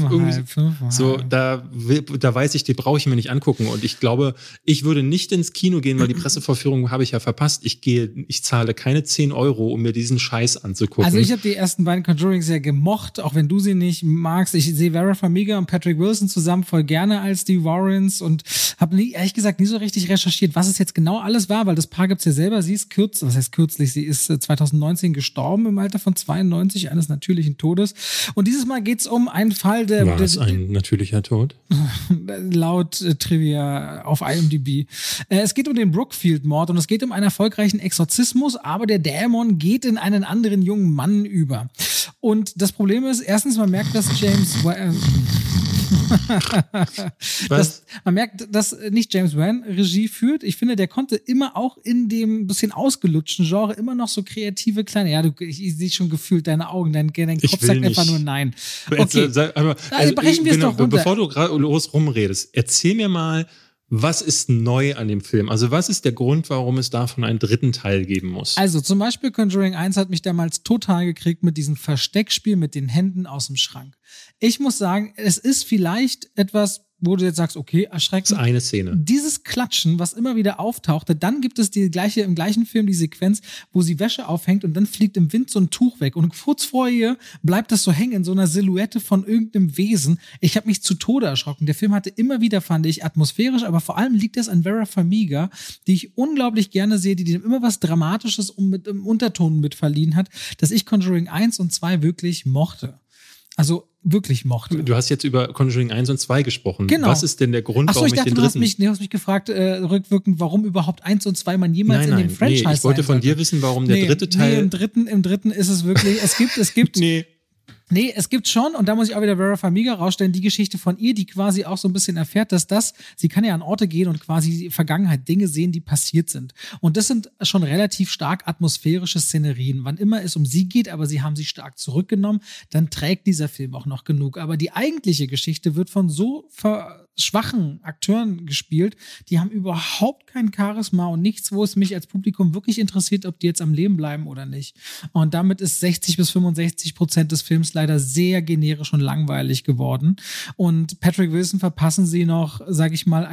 5,5. So, da weiß ich, die brauche ich mir nicht angucken. Und ich glaube, ich würde nicht ins Kino gehen, weil die Pressevorführung habe ich ja verpasst. Ich zahle keine 10 Euro, um mir diesen Scheiß anzugucken. Also ich habe die ersten beiden Conjurings sehr gemocht, auch wenn du sie nicht magst. Ich sehe Vera Farmiga und Patrick Wilson zusammen voll gerne als die Warrens und habe ehrlich gesagt nie so richtig recherchiert, was es jetzt genau alles war, weil das Paar gibt's ja selber. Sie ist kürzlich, sie ist 2019 gestorben im Alter von 92, eines natürlichen Todes. Und dieses Mal geht's um einen Fall, War es ein natürlicher Tod? Laut Trivia auf IMDb. Es geht um den Brookfield-Mord und es geht um einen erfolgreichen Exorzismus, aber der Dämon geht in einen anderen jungen Mann über. Und das Problem ist, erstens, man merkt, dass man merkt, dass nicht James Wan Regie führt. Ich finde, der konnte immer auch in dem bisschen ausgelutschten Genre immer noch so kreative kleine, ich sehe schon gefühlt deine Augen, dein Kopf sagt einfach nur nein. Okay, brechen wir es doch runter. Bevor du los rumredest, erzähl mir mal, was ist neu an dem Film? Also was ist der Grund, warum es davon einen dritten Teil geben muss? Also zum Beispiel Conjuring 1 hat mich damals total gekriegt mit diesem Versteckspiel mit den Händen aus dem Schrank. Ich muss sagen, es ist vielleicht etwas, wo du jetzt sagst, okay, erschreckend. Das ist eine Szene. Dieses Klatschen, was immer wieder auftauchte, dann gibt es im gleichen Film die Sequenz, wo sie Wäsche aufhängt und dann fliegt im Wind so ein Tuch weg und kurz vor ihr bleibt das so hängen in so einer Silhouette von irgendeinem Wesen. Ich habe mich zu Tode erschrocken. Der Film hatte immer wieder, fand ich, atmosphärisch, aber vor allem liegt es an Vera Farmiga, die ich unglaublich gerne sehe, die dem immer was Dramatisches mit im Unterton mit verliehen hat, dass ich Conjuring 1 und 2 wirklich mochte. Also wirklich mochte. Du hast jetzt über Conjuring 1 und 2 gesprochen. Genau. Was ist denn der Grund, warum ich den dritten... Du hast mich gefragt, rückwirkend, warum überhaupt 1 und 2 man jemals in dem Franchise ich wollte von dir wissen, warum der dritte Teil... Im dritten ist es wirklich, es gibt Nee, es gibt schon, und da muss ich auch wieder Vera Farmiga rausstellen, die Geschichte von ihr, die quasi auch so ein bisschen erfährt, sie kann ja an Orte gehen und quasi Vergangenheit Dinge sehen, die passiert sind. Und das sind schon relativ stark atmosphärische Szenerien. Wann immer es um sie geht, aber sie haben sie stark zurückgenommen, dann trägt dieser Film auch noch genug. Aber die eigentliche Geschichte wird von so schwachen Akteuren gespielt. Die haben überhaupt kein Charisma und nichts, wo es mich als Publikum wirklich interessiert, ob die jetzt am Leben bleiben oder nicht. Und damit ist 60-65% des Films leider sehr generisch und langweilig geworden. Und Patrick Wilson verpassen sie noch, sag ich mal,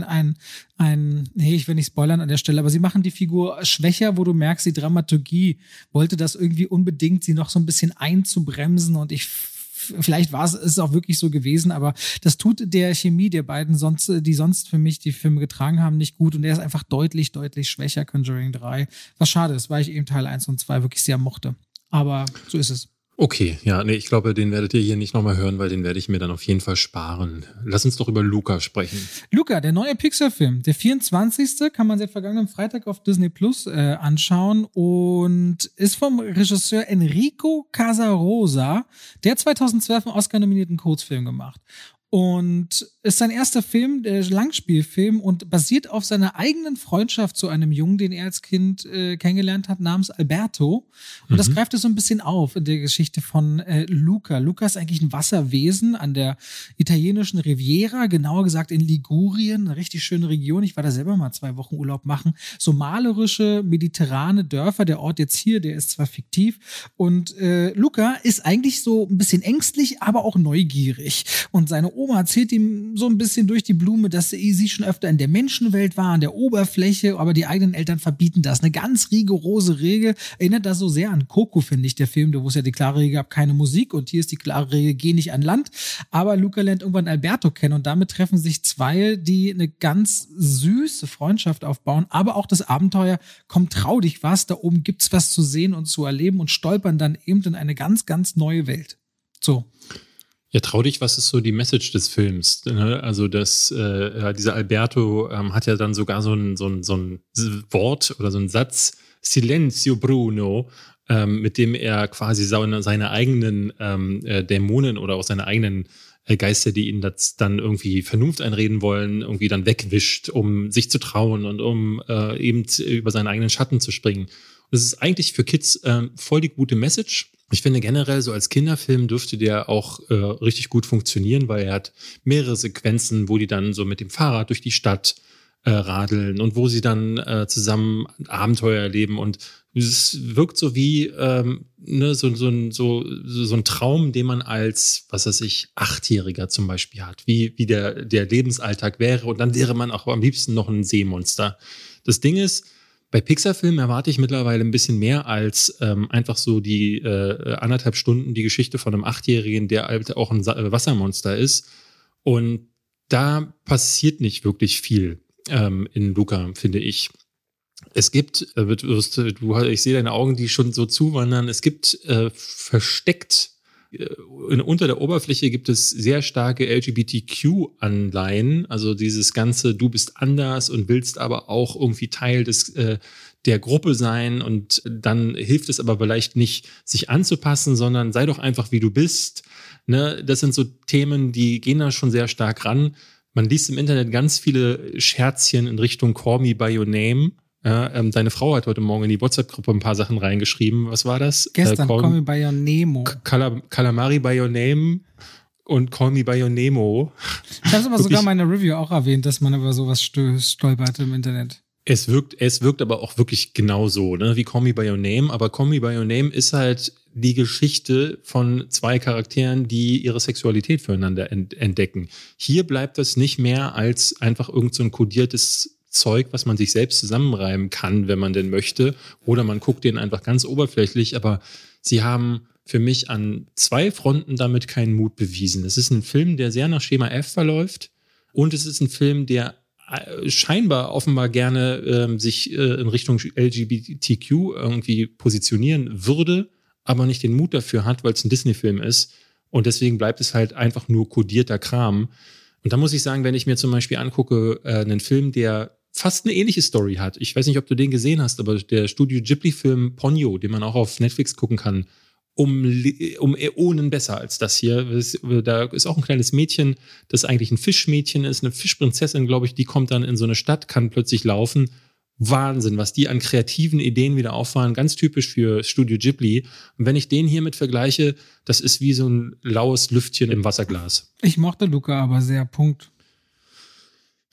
ich will nicht spoilern an der Stelle, aber sie machen die Figur schwächer, wo du merkst, die Dramaturgie wollte das irgendwie unbedingt, sie noch so ein bisschen einzubremsen und vielleicht war es auch wirklich so gewesen, aber das tut der Chemie der beiden die sonst für mich die Filme getragen haben, nicht gut und der ist einfach deutlich, deutlich schwächer, Conjuring 3. Was schade ist, weil ich eben Teil 1 und 2 wirklich sehr mochte. Aber so ist es. Okay, ja, nee, ich glaube, den werdet ihr hier nicht nochmal hören, weil den werde ich mir dann auf jeden Fall sparen. Lass uns doch über Luca sprechen. Luca, der neue Pixar-Film, der 24. kann man seit vergangenen Freitag auf Disney Plus anschauen und ist vom Regisseur Enrico Casarosa, der 2012 einen Oscar-nominierten Kurzfilm gemacht. Und ist sein erster Film, der Langspielfilm und basiert auf seiner eigenen Freundschaft zu einem Jungen, den er als Kind kennengelernt hat, namens Alberto. Und das greift es so ein bisschen auf in der Geschichte von Luca. Luca ist eigentlich ein Wasserwesen an der italienischen Riviera, genauer gesagt in Ligurien, eine richtig schöne Region. Ich war da selber mal 2 Wochen Urlaub machen. So malerische, mediterrane Dörfer. Der Ort jetzt hier, der ist zwar fiktiv. Und Luca ist eigentlich so ein bisschen ängstlich, aber auch neugierig. Und seine Oma erzählt ihm so ein bisschen durch die Blume, dass sie schon öfter in der Menschenwelt war, an der Oberfläche, aber die eigenen Eltern verbieten das. Eine ganz rigorose Regel. Erinnert das so sehr an Coco, finde ich, der Film, wo es ja die klare Regel gab, keine Musik und hier ist die klare Regel, geh nicht an Land. Aber Luca lernt irgendwann Alberto kennen und damit treffen sich zwei, die eine ganz süße Freundschaft aufbauen, aber auch das Abenteuer, komm, trau dich was, da oben gibt's was zu sehen und zu erleben und stolpern dann eben in eine ganz, ganz neue Welt. So. Ja, trau dich, was ist so die Message des Films? Ne? Also dieser Alberto hat ja dann sogar so ein Wort oder so ein Satz, Silenzio Bruno, mit dem er quasi seine eigenen Dämonen oder auch seine eigenen Geister, die ihn das dann irgendwie Vernunft einreden wollen, irgendwie dann wegwischt, um sich zu trauen und um eben über seinen eigenen Schatten zu springen. Das ist eigentlich für Kids voll die gute Message. Ich finde generell, so als Kinderfilm dürfte der auch richtig gut funktionieren, weil er hat mehrere Sequenzen, wo die dann so mit dem Fahrrad durch die Stadt radeln und wo sie dann zusammen Abenteuer erleben. Und es wirkt so wie so ein Traum, den man als, 8-Jähriger zum Beispiel hat, wie der Lebensalltag wäre. Und dann wäre man auch am liebsten noch ein Seemonster. Das Ding ist, bei Pixar-Filmen erwarte ich mittlerweile ein bisschen mehr als einfach so die 1,5 Stunden die Geschichte von einem 8-Jährigen, der halt auch ein Wassermonster ist. Und da passiert nicht wirklich viel in Luca, finde ich. Es gibt, ich sehe deine Augen, die schon so zuwandern, es gibt versteckt, unter der Oberfläche gibt es sehr starke LGBTQ-Anleihen, also dieses ganze, du bist anders und willst aber auch irgendwie Teil der Gruppe sein und dann hilft es aber vielleicht nicht, sich anzupassen, sondern sei doch einfach, wie du bist. Ne? Das sind so Themen, die gehen da schon sehr stark ran. Man liest im Internet ganz viele Scherzchen in Richtung Call Me By Your Name. Ja, deine Frau hat heute Morgen in die WhatsApp-Gruppe ein paar Sachen reingeschrieben. Was war das? Gestern, Call Me By Your Nemo. Calamari By Your Name und Call Me By Your Nemo. Ich habe es aber sogar in meiner Review auch erwähnt, dass man über sowas stolpert im Internet. Es wirkt aber auch wirklich genauso, ne, wie Call Me By Your Name. Aber Call Me By Your Name ist halt die Geschichte von 2 Charakteren, die ihre Sexualität füreinander entdecken. Hier bleibt das nicht mehr als einfach irgend so ein kodiertes Zeug, was man sich selbst zusammenreimen kann, wenn man denn möchte. Oder man guckt den einfach ganz oberflächlich. Aber sie haben für mich an 2 Fronten damit keinen Mut bewiesen. Es ist ein Film, der sehr nach Schema F verläuft. Und es ist ein Film, der scheinbar offenbar gerne sich in Richtung LGBTQ irgendwie positionieren würde, aber nicht den Mut dafür hat, weil es ein Disney-Film ist. Und deswegen bleibt es halt einfach nur kodierter Kram. Und da muss ich sagen, wenn ich mir zum Beispiel angucke, einen Film, der fast eine ähnliche Story hat. Ich weiß nicht, ob du den gesehen hast, aber der Studio Ghibli-Film Ponyo, den man auch auf Netflix gucken kann, um Äonen besser als das hier. Da ist auch ein kleines Mädchen, das eigentlich ein Fischmädchen ist, eine Fischprinzessin, glaube ich, die kommt dann in so eine Stadt, kann plötzlich laufen. Wahnsinn, was die an kreativen Ideen wieder auffahren, ganz typisch für Studio Ghibli. Und wenn ich den hiermit vergleiche, das ist wie so ein laues Lüftchen im Wasserglas. Ich mochte Luca aber sehr, Punkt.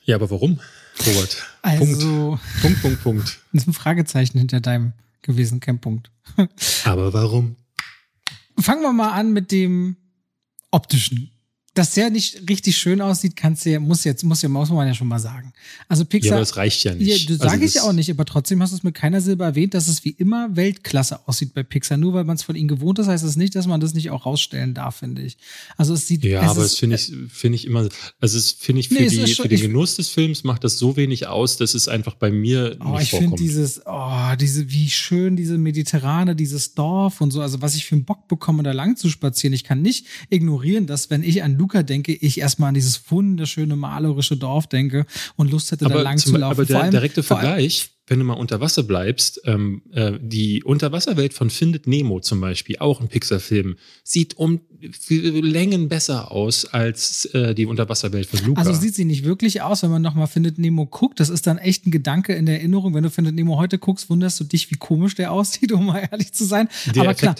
Ja, aber warum, Robert? Also, Punkt. Das ist ein Fragezeichen hinter deinem gewesen, kein Punkt. Aber warum? Fangen wir mal an mit dem Optischen. Dass der nicht richtig schön aussieht, muss man ja schon mal sagen. Also Pixar. Ja, aber das reicht ja nicht. Ja, sage ich ja auch nicht, aber trotzdem hast du es mit keiner Silbe erwähnt, dass es wie immer Weltklasse aussieht bei Pixar. Nur weil man es von ihnen gewohnt ist, heißt das nicht, dass man das nicht auch rausstellen darf, finde ich. Also es sieht. Ja, aber das finde ich immer. Also es finde ich für den Genuss des Films macht das so wenig aus, dass es einfach bei mir nicht vorkommt. Ich finde wie schön diese mediterrane, dieses Dorf und so. Also was ich für einen Bock bekomme, da lang zu spazieren. Ich kann nicht ignorieren, dass wenn ich an Luca denke, ich erstmal an dieses wunderschöne malerische Dorf denke und Lust hätte, da lang zu laufen. Aber der direkte Vergleich, wenn du mal unter Wasser bleibst, die Unterwasserwelt von Findet Nemo zum Beispiel, auch ein Pixar-Film, sieht um Längen besser aus als die Unterwasserwelt von Luca. Also sieht sie nicht wirklich aus, wenn man nochmal Findet Nemo guckt. Das ist dann echt ein Gedanke in der Erinnerung. Wenn du Findet Nemo heute guckst, wunderst du dich, wie komisch der aussieht, um mal ehrlich zu sein. Aber klar,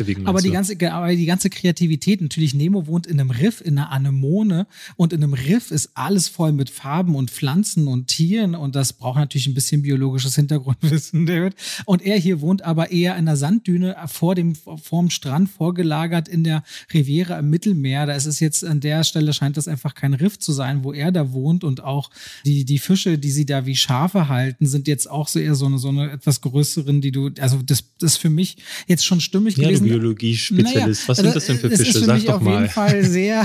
die ganze Kreativität, natürlich, Nemo wohnt in einem Riff, in einer Anemone, und in einem Riff ist alles voll mit Farben und Pflanzen und Tieren, und das braucht natürlich ein bisschen biologisches Hintergrundwissen, David. Und er hier wohnt aber eher in der Sanddüne vorm Strand vorgelagert in der Riviera im Mittelmeer. Da ist es jetzt an der Stelle, scheint das einfach kein Riff zu sein, wo er da wohnt, und auch die Fische, die sie da wie Schafe halten, sind jetzt auch so eher so eine etwas größeren, also das ist für mich jetzt schon stimmig gewesen. Ja, du Biologie-Spezialist, was sind das denn für Fische? Sag doch mal. Es ist auf jeden Fall sehr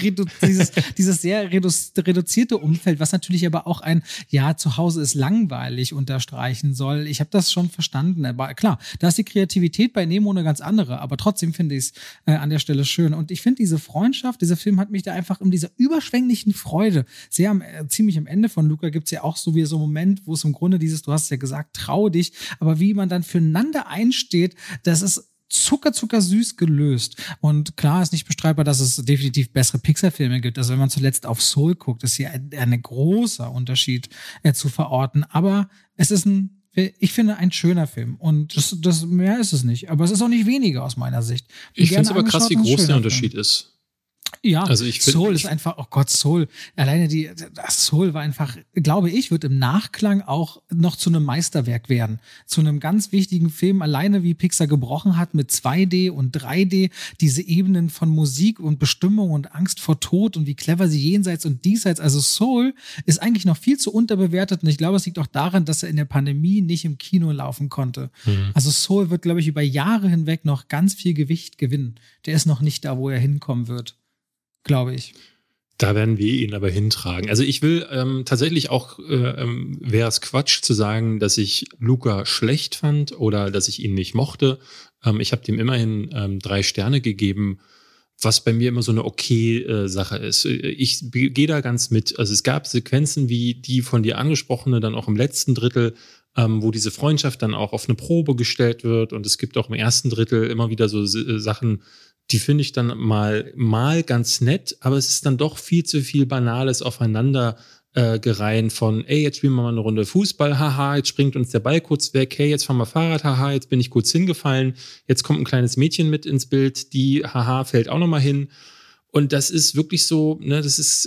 dieses sehr reduzierte Umfeld, was natürlich aber auch zu Hause ist langweilig unterstreichen soll. Ich habe das schon verstanden, aber klar, da ist die Kreativität bei Nemo eine ganz andere, aber trotzdem finde ich es an der Stelle schön. Und ich finde diese Freundschaft, dieser Film hat mich da einfach in dieser überschwänglichen Freude, ziemlich am Ende von Luca gibt es ja auch so einen Moment, wo es im Grunde du hast ja gesagt, trau dich, aber wie man dann füreinander einsteht, das ist zuckersüß gelöst. Und klar ist nicht bestreitbar, dass es definitiv bessere Pixar-Filme gibt. Also wenn man zuletzt auf Soul guckt, ist hier ein großer Unterschied zu verorten. Aber es ist ich finde, ein schöner Film. Und das mehr ist es nicht. Aber es ist auch nicht weniger aus meiner Sicht. Ich finde es aber krass, wie groß der Unterschied ist. Ja, also Soul ist einfach, oh Gott, Soul. Alleine das Soul war einfach, glaube ich, wird im Nachklang auch noch zu einem Meisterwerk werden. Zu einem ganz wichtigen Film, alleine wie Pixar gebrochen hat mit 2D und 3D, diese Ebenen von Musik und Bestimmung und Angst vor Tod und wie clever sie jenseits und diesseits, also Soul ist eigentlich noch viel zu unterbewertet, und ich glaube, es liegt auch daran, dass er in der Pandemie nicht im Kino laufen konnte. Also Soul wird, glaube ich, über Jahre hinweg noch ganz viel Gewicht gewinnen. Der ist noch nicht da, wo er hinkommen wird. Glaube ich. Da werden wir ihn aber hintragen. Also ich will tatsächlich auch, wäre es Quatsch zu sagen, dass ich Luca schlecht fand oder dass ich ihn nicht mochte. Ich habe dem immerhin 3 Sterne gegeben, was bei mir immer so eine Sache ist. Ich gehe da ganz mit. Also es gab Sequenzen wie die von dir angesprochene, dann auch im letzten Drittel, wo diese Freundschaft dann auch auf eine Probe gestellt wird, und es gibt auch im ersten Drittel immer wieder so Sachen, die finde ich dann mal ganz nett, aber es ist dann doch viel zu viel Banales aufeinander gereihen von, ey, jetzt spielen wir mal eine Runde Fußball, haha, jetzt springt uns der Ball kurz weg, hey, jetzt fahren wir Fahrrad, haha, jetzt bin ich kurz hingefallen, jetzt kommt ein kleines Mädchen mit ins Bild, die, haha, fällt auch nochmal hin. Und das ist wirklich so, ne, das ist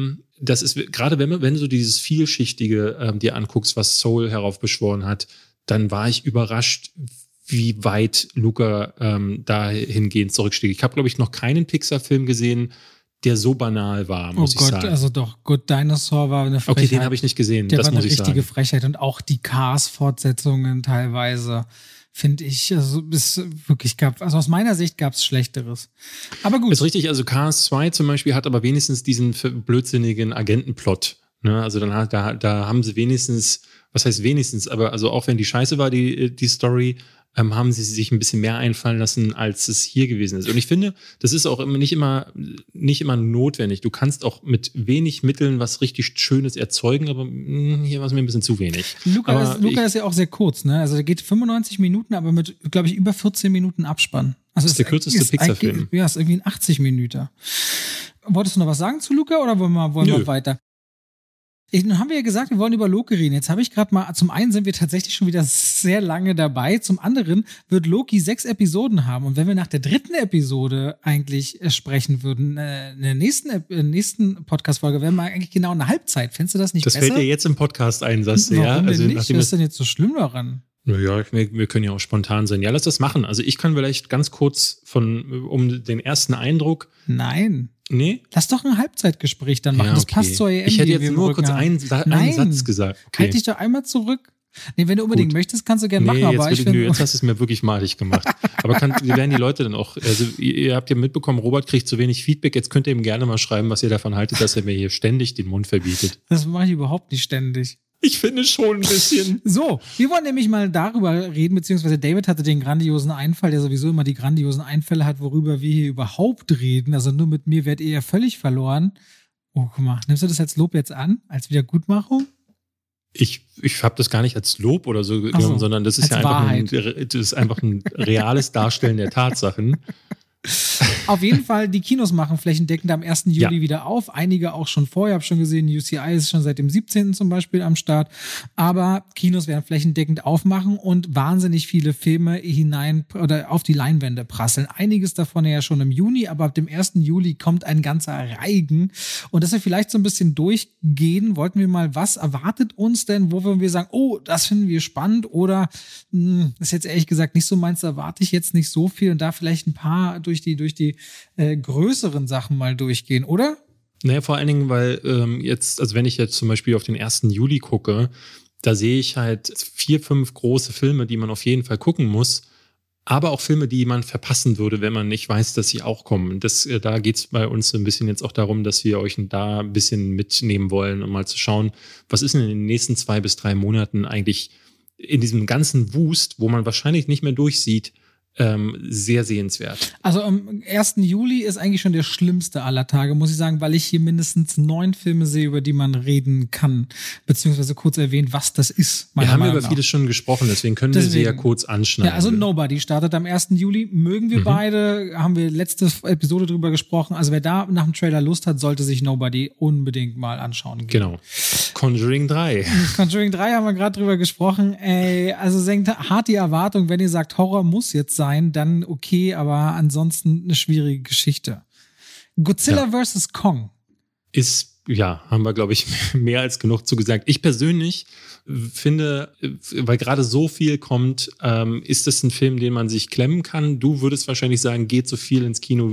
gerade wenn du so dieses Vielschichtige dir anguckst, was Soul heraufbeschworen hat, dann war ich überrascht, wie weit Luca dahingehend zurücksteht. Ich habe, glaube ich, noch keinen Pixar-Film gesehen, der so banal war, muss ich sagen. Also doch, Good Dinosaur war eine Frechheit. Okay, den habe ich nicht gesehen, das muss ich sagen. Der war eine richtige Frechheit, und auch die Cars-Fortsetzungen teilweise, finde ich, also aus meiner Sicht gab es Schlechteres. Aber gut. Ist richtig, also Cars 2 zum Beispiel hat aber wenigstens diesen blödsinnigen Agentenplot. Ne? Also da haben sie wenigstens, was heißt wenigstens, aber also auch wenn die scheiße war, die Story, haben sie sich ein bisschen mehr einfallen lassen, als es hier gewesen ist. Und ich finde, das ist auch nicht immer notwendig. Du kannst auch mit wenig Mitteln was richtig Schönes erzeugen, aber hier war es mir ein bisschen zu wenig. Luca ist ja auch sehr kurz, ne? Also der geht 95 Minuten, aber mit, glaube ich, über 14 Minuten Abspann. Also das ist der kürzeste Pixar-Film. Ja, ist irgendwie ein 80 Minuten. Wolltest du noch was sagen zu Luca, oder wollen wir weiter? Nun haben wir ja gesagt, wir wollen über Loki reden. Jetzt habe ich gerade mal, zum einen sind wir tatsächlich schon wieder sehr lange dabei, zum anderen wird Loki 6 Episoden haben. Und wenn wir nach der 3. Episode eigentlich sprechen würden, in der nächsten Podcast-Folge, wären wir eigentlich genau eine Halbzeit. Fändest du das nicht besser? Das fällt dir jetzt im Podcast ein, sagst du, ja? Warum Also, denn nicht? Was ist denn jetzt so schlimm daran? Naja, wir können ja auch spontan sein. Ja, lass das machen. Also ich kann vielleicht ganz kurz um den ersten Eindruck. Nein. Nee? Lass doch ein Halbzeitgespräch dann machen. Ja, okay. Das passt zur EM. Ich hätte jetzt nur kurz einen Satz gesagt. Okay. Halt dich doch einmal zurück. Nee, wenn du unbedingt möchtest, kannst du gerne machen. Aber jetzt hast du es mir wirklich madig gemacht. Aber werden die Leute dann auch, also ihr habt ja mitbekommen, Robert kriegt zu wenig Feedback. Jetzt könnt ihr ihm gerne mal schreiben, was ihr davon haltet, dass er mir hier ständig den Mund verbietet. Das mache ich überhaupt nicht ständig. Ich finde schon ein bisschen. So, wir wollen nämlich mal darüber reden, beziehungsweise David hatte den grandiosen Einfall, der sowieso immer die grandiosen Einfälle hat, worüber wir hier überhaupt reden. Also nur mit mir werdet ihr ja völlig verloren. Oh, guck mal, nimmst du das als Lob jetzt an? Als Wiedergutmachung? Ich habe das gar nicht als Lob oder so genommen, sondern das ist ja einfach ein reales Darstellen der Tatsachen. Auf jeden Fall, die Kinos machen flächendeckend am 1. Juli wieder auf. Einige auch schon vorher, habe schon gesehen, UCI ist schon seit dem 17. zum Beispiel am Start. Aber Kinos werden flächendeckend aufmachen und wahnsinnig viele Filme hinein oder auf die Leinwände prasseln. Einiges davon ja schon im Juni, aber ab dem 1. Juli kommt ein ganzer Reigen. Und dass wir vielleicht so ein bisschen durchgehen, wollten wir mal, was erwartet uns denn, wo wir sagen, oh, das finden wir spannend oder ist jetzt ehrlich gesagt nicht so meins, da erwarte ich jetzt nicht so viel und da vielleicht ein paar durch die größeren Sachen mal durchgehen, oder? Naja, vor allen Dingen, weil wenn ich jetzt zum Beispiel auf den 1. Juli gucke, da sehe ich halt 4, 5 große Filme, die man auf jeden Fall gucken muss, aber auch Filme, die man verpassen würde, wenn man nicht weiß, dass sie auch kommen. Da geht es bei uns so ein bisschen jetzt auch darum, dass wir euch da ein bisschen mitnehmen wollen, um mal zu schauen, was ist denn in den nächsten 2 bis 3 Monaten eigentlich in diesem ganzen Wust, wo man wahrscheinlich nicht mehr durchsieht, sehr sehenswert. Also am 1. Juli ist eigentlich schon der schlimmste aller Tage, muss ich sagen, weil ich hier mindestens 9 Filme sehe, über die man reden kann, beziehungsweise kurz erwähnt, was das ist. Wir haben über vieles schon gesprochen, deswegen können wir sie ja kurz anschneiden. Ja, also Nobody startet am 1. Juli, mögen wir beide, haben wir letzte Episode drüber gesprochen, also wer da nach dem Trailer Lust hat, sollte sich Nobody unbedingt mal anschauen. Genau. Conjuring 3. Conjuring 3 haben wir gerade drüber gesprochen. Also senkt hart die Erwartung, wenn ihr sagt, Horror muss jetzt sein, dann okay, aber ansonsten eine schwierige Geschichte. Godzilla vs. Kong. Haben wir, glaube ich, mehr als genug zugesagt. Ich persönlich finde, weil gerade so viel kommt, ist das ein Film, den man sich klemmen kann. Du würdest wahrscheinlich sagen, geht so viel ins Kino,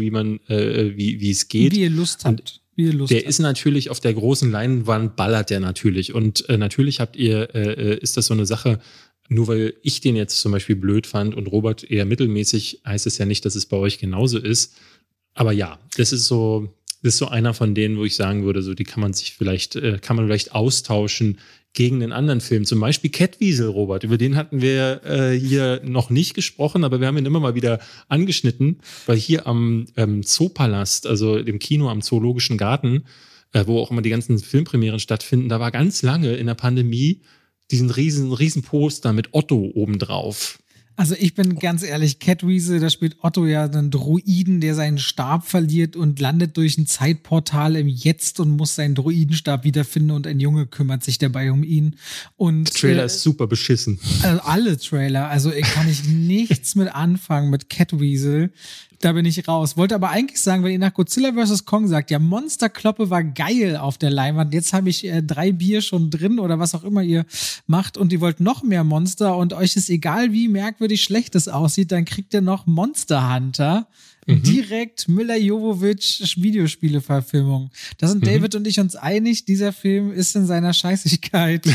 wie es geht. Wie ihr Lust habt. Der ist natürlich auf der großen Leinwand, ballert der natürlich. Und natürlich ist das so eine Sache, nur weil ich den jetzt zum Beispiel blöd fand und Robert eher mittelmäßig, heißt es ja nicht, dass es bei euch genauso ist. Aber ja, das ist so einer von denen, wo ich sagen würde, so die kann man vielleicht austauschen gegen einen anderen Film. Zum Beispiel Catwiesel, Robert. Über den hatten wir hier noch nicht gesprochen, aber wir haben ihn immer mal wieder angeschnitten, weil hier am Zoopalast, also dem Kino am Zoologischen Garten, wo auch immer die ganzen Filmpremieren stattfinden, da war ganz lange in der Pandemie diesen riesen Poster mit Otto obendrauf. Also ich bin ganz ehrlich, Catwiesel, da spielt Otto ja einen Droiden, der seinen Stab verliert und landet durch ein Zeitportal im Jetzt und muss seinen Droidenstab wiederfinden und ein Junge kümmert sich dabei um ihn. Und der Trailer ist super beschissen. Also alle Trailer, also kann ich nichts mit anfangen mit Catwiesel. Da bin ich raus. Wollte aber eigentlich sagen, wenn ihr nach Godzilla vs. Kong sagt, ja, Monsterkloppe war geil auf der Leinwand. Jetzt habe ich 3 Bier schon drin oder was auch immer ihr macht und ihr wollt noch mehr Monster und euch ist egal, wie merkwürdig schlecht es aussieht, dann kriegt ihr noch Monster Hunter. Direkt Milla-Jovovich Videospiele-Verfilmung. Da sind David und ich uns einig, dieser Film ist in seiner Scheißigkeit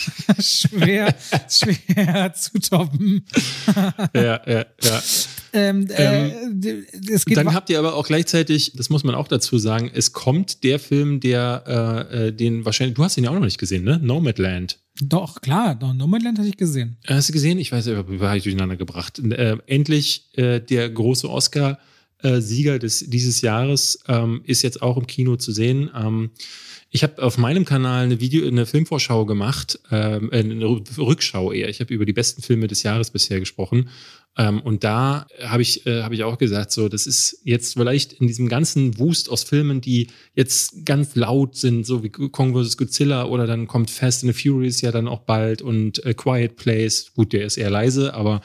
schwer zu toppen. Ja. Dann habt ihr aber auch gleichzeitig, das muss man auch dazu sagen, es kommt der Film, der den wahrscheinlich, du hast ihn ja auch noch nicht gesehen, ne? Nomadland. Doch, klar, Nomadland hatte ich gesehen. Hast du gesehen? Ich weiß, wie war ich durcheinander gebracht. Endlich der große Oscar-Sieger dieses Jahres ist jetzt auch im Kino zu sehen. Ich habe auf meinem Kanal eine Filmvorschau gemacht, eine Rückschau eher. Ich habe über die besten Filme des Jahres bisher gesprochen. Und da habe ich auch gesagt, so, das ist jetzt vielleicht in diesem ganzen Wust aus Filmen, die jetzt ganz laut sind, so wie Kong vs. Godzilla, oder dann kommt Fast and the Furious ja dann auch bald und Quiet Place, gut, der ist eher leise, aber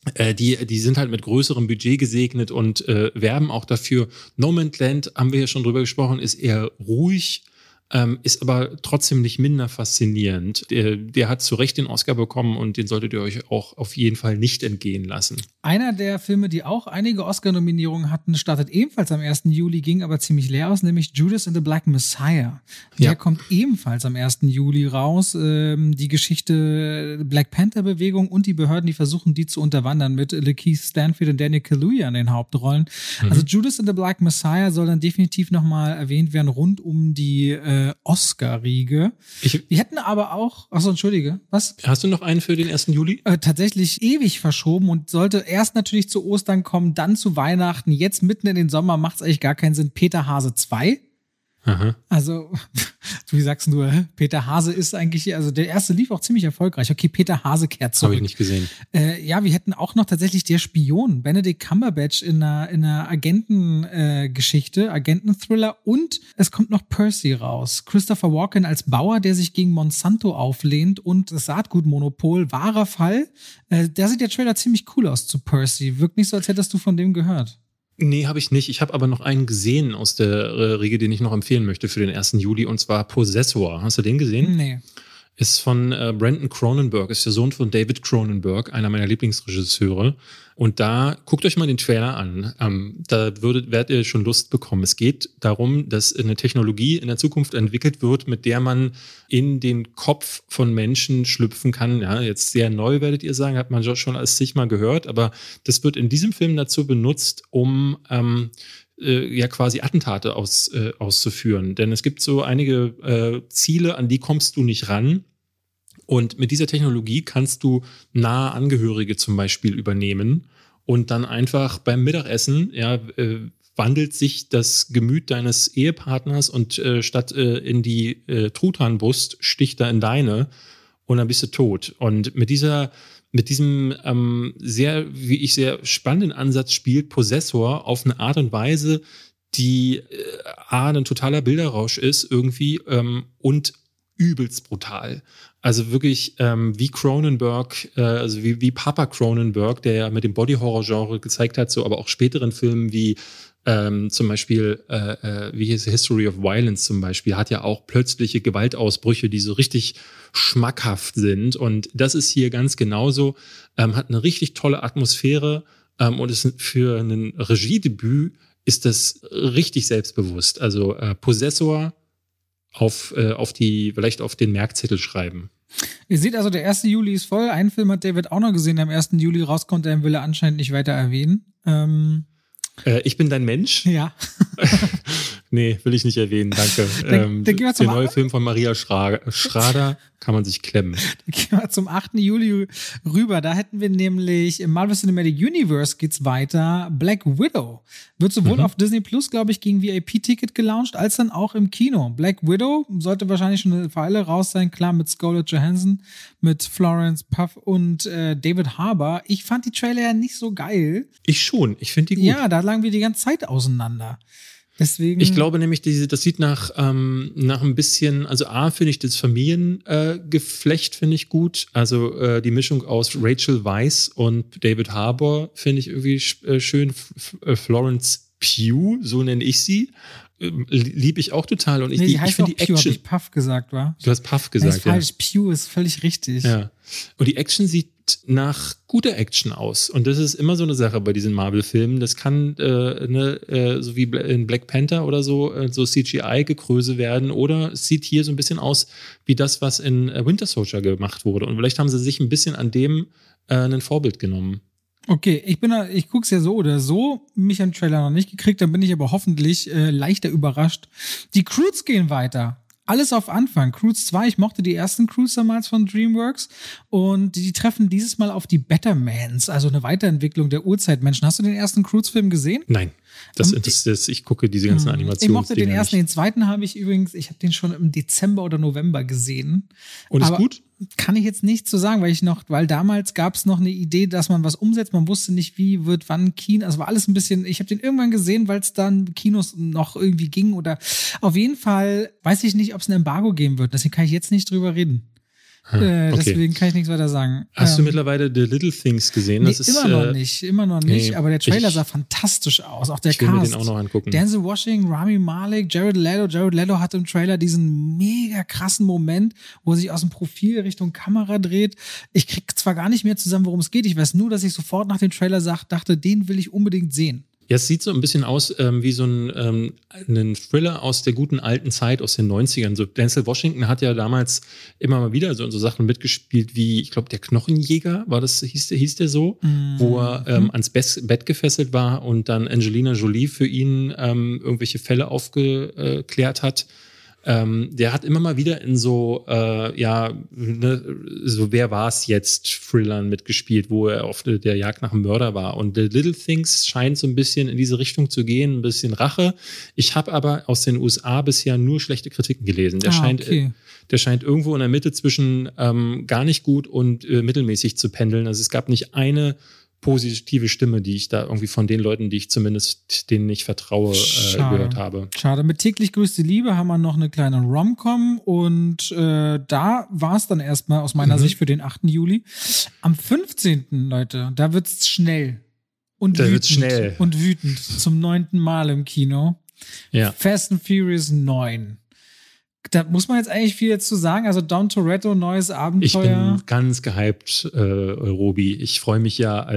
die sind halt mit größerem Budget gesegnet und werben auch dafür. No Man's Land, haben wir ja schon drüber gesprochen, ist eher ruhig, ist aber trotzdem nicht minder faszinierend. Der hat zu Recht den Oscar bekommen und den solltet ihr euch auch auf jeden Fall nicht entgehen lassen. Einer der Filme, die auch einige Oscar-Nominierungen hatten, startet ebenfalls am 1. Juli, ging aber ziemlich leer aus, nämlich Judas and the Black Messiah. Der kommt ebenfalls am 1. Juli raus. Die Geschichte Black Panther-Bewegung und die Behörden, die versuchen, die zu unterwandern mit Lakeith Stanfield und Daniel Kaluuya in den Hauptrollen. Also Judas and the Black Messiah soll dann definitiv nochmal erwähnt werden rund um die Oscar-Riege. Wir hätten aber auch, achso, entschuldige, was? Hast du noch einen für den 1. Juli? Tatsächlich ewig verschoben und sollte erst natürlich zu Ostern kommen, dann zu Weihnachten, jetzt mitten in den Sommer macht es eigentlich gar keinen Sinn. Peter Hase 2. Aha. Also, wie sagst du, Peter Hase ist eigentlich, also der erste lief auch ziemlich erfolgreich. Okay, Peter Hase kehrt zurück. Habe ich nicht gesehen. Ja, wir hätten auch noch tatsächlich der Spion, Benedict Cumberbatch in einer Agentengeschichte, Agenten-Thriller, und es kommt noch Percy raus. Christopher Walken als Bauer, der sich gegen Monsanto auflehnt und das Saatgutmonopol, wahrer Fall. Da sieht der Trailer ziemlich cool aus zu Percy. Wirkt nicht so, als hättest du von dem gehört. Nee, habe ich nicht. Ich habe aber noch einen gesehen aus der Riege, den ich noch empfehlen möchte für den 1. Juli, und zwar Possessor. Hast du den gesehen? Nee. Ist von Brandon Cronenberg, ist der Sohn von David Cronenberg, einer meiner Lieblingsregisseure. Und da, guckt euch mal den Trailer an. Da werdet ihr schon Lust bekommen. Es geht darum, dass eine Technologie in der Zukunft entwickelt wird, mit der man in den Kopf von Menschen schlüpfen kann. Ja, jetzt sehr neu, werdet ihr sagen, hat man schon alles zigmal gehört, aber das wird in diesem Film dazu benutzt, um ja quasi Attentate auszuführen. Denn es gibt so einige Ziele, an die kommst du nicht ran. Und mit dieser Technologie kannst du nahe Angehörige zum Beispiel übernehmen und dann einfach beim Mittagessen, wandelt sich das Gemüt deines Ehepartners und statt in die Truthahnbrust sticht er in deine und dann bist du tot. Und mit diesem sehr spannenden Ansatz spielt Possessor auf eine Art und Weise, die ein totaler Bilderrausch ist irgendwie und übelst brutal. Also wirklich wie Cronenberg, also wie Papa Cronenberg, der ja mit dem Body-Horror-Genre gezeigt hat, so, aber auch späteren Filmen wie zum Beispiel, wie hieß History of Violence zum Beispiel, hat ja auch plötzliche Gewaltausbrüche, die so richtig schmackhaft sind. Und das ist hier ganz genauso. Hat eine richtig tolle Atmosphäre und ist für ein Regiedebüt ist das richtig selbstbewusst. Also Possessor vielleicht auf den Merkzettel schreiben. Ihr seht also, der 1. Juli ist voll. Einen Film hat David auch noch gesehen, der am 1. Juli rauskommt, den will er anscheinend nicht weiter erwähnen. Ich bin dein Mensch? Ja. Nee, will ich nicht erwähnen, danke. Der neue Film von Maria Schrader kann man sich klemmen. Dann gehen wir zum 8. Juli rüber. Da hätten wir nämlich im Marvel Cinematic Universe geht's weiter. Black Widow wird sowohl auf Disney Plus, glaube ich, gegen VIP-Ticket gelauncht, als dann auch im Kino. Black Widow sollte wahrscheinlich schon eine Weile raus sein, klar, mit Scarlett Johansson, mit Florence Pugh und David Harbour. Ich fand die Trailer ja nicht so geil. Ich schon, ich finde die gut. Ja, da lagen wir die ganze Zeit auseinander. Deswegen. Ich glaube nämlich, das sieht nach ein bisschen, also finde ich das Familiengeflecht finde ich gut. Also die Mischung aus Rachel Weisz und David Harbour finde ich irgendwie schön. Florence Pugh, so nenne ich sie. Liebe ich auch total. Und die heißt auch Pugh, habe ich Puff gesagt, wa? Du hast Puff gesagt, ja. Das ist falsch, Pugh ist völlig richtig. Ja. Und die Action sieht nach guter Action aus. Und das ist immer so eine Sache bei diesen Marvel-Filmen. Das kann so wie in Black Panther oder so CGI-Gekröse werden. Oder es sieht hier so ein bisschen aus wie das, was in Winter Soldier gemacht wurde. Und vielleicht haben sie sich ein bisschen an dem ein Vorbild genommen. Okay, ich guck's ja so oder so, mich am Trailer noch nicht gekriegt, dann bin ich aber hoffentlich leichter überrascht. Die Croods gehen weiter. Alles auf Anfang. Croods 2, ich mochte die ersten Croods damals von DreamWorks und die treffen dieses Mal auf die Bettermans, also eine Weiterentwicklung der Urzeitmenschen. Hast du den ersten Croods-Film gesehen? Nein. Ich gucke diese ganzen Animationen. Ich mochte den ersten, den zweiten habe ich übrigens, ich habe den schon im Dezember oder November gesehen. Und ist gut? kann ich jetzt nicht so sagen, weil damals gab es noch eine Idee, dass man was umsetzt. Man wusste nicht, wie wird wann Kino. Also war alles ein bisschen, ich habe den irgendwann gesehen, weil es dann Kinos noch irgendwie ging oder auf jeden Fall weiß ich nicht, ob es ein Embargo geben wird. Deswegen kann ich jetzt nicht drüber reden. Okay. Deswegen kann ich nichts weiter sagen. Hast du mittlerweile The Little Things gesehen? Nee, das ist, immer noch nicht. Nee, aber der Trailer sah fantastisch aus. Auch der Cast. Ich will mir den auch noch angucken. Denzel Washington, Rami Malek, Jared Leto. Jared Leto hat im Trailer diesen mega krassen Moment, wo er sich aus dem Profil Richtung Kamera dreht. Ich krieg zwar gar nicht mehr zusammen, worum es geht. Ich weiß nur, dass ich sofort nach dem Trailer dachte, den will ich unbedingt sehen. Ja, es sieht so ein bisschen aus wie so ein Thriller aus der guten alten Zeit, aus den 90ern. So Denzel Washington hat ja damals immer mal wieder so Sachen mitgespielt wie, ich glaube, der Knochenjäger, hieß der so, wo er ans Bett gefesselt war und dann Angelina Jolie für ihn irgendwelche Fälle aufgeklärt hat. Der hat immer mal wieder in so wer war's jetzt Thrillern mitgespielt, wo er auf der Jagd nach einem Mörder war. Und The Little Things scheint so ein bisschen in diese Richtung zu gehen, ein bisschen Rache. Ich habe aber aus den USA bisher nur schlechte Kritiken gelesen. Der scheint irgendwo in der Mitte zwischen gar nicht gut und mittelmäßig zu pendeln. Also es gab nicht eine positive Stimme, die ich da irgendwie von den Leuten, die ich zumindest denen nicht vertraue, gehört habe. Schade. Mit Täglich grüßt die Liebe haben wir noch eine kleine Rom-Com und da war es dann erstmal aus meiner Sicht für den 8. Juli. Am 15. Leute, da wird's schnell und wütend zum 9. Mal im Kino. Ja. Fast and Furious 9. Da muss man jetzt eigentlich viel dazu sagen. Also Dom Toretto, neues Abenteuer. Ich bin ganz gehypt, Robi. Ich freue mich ja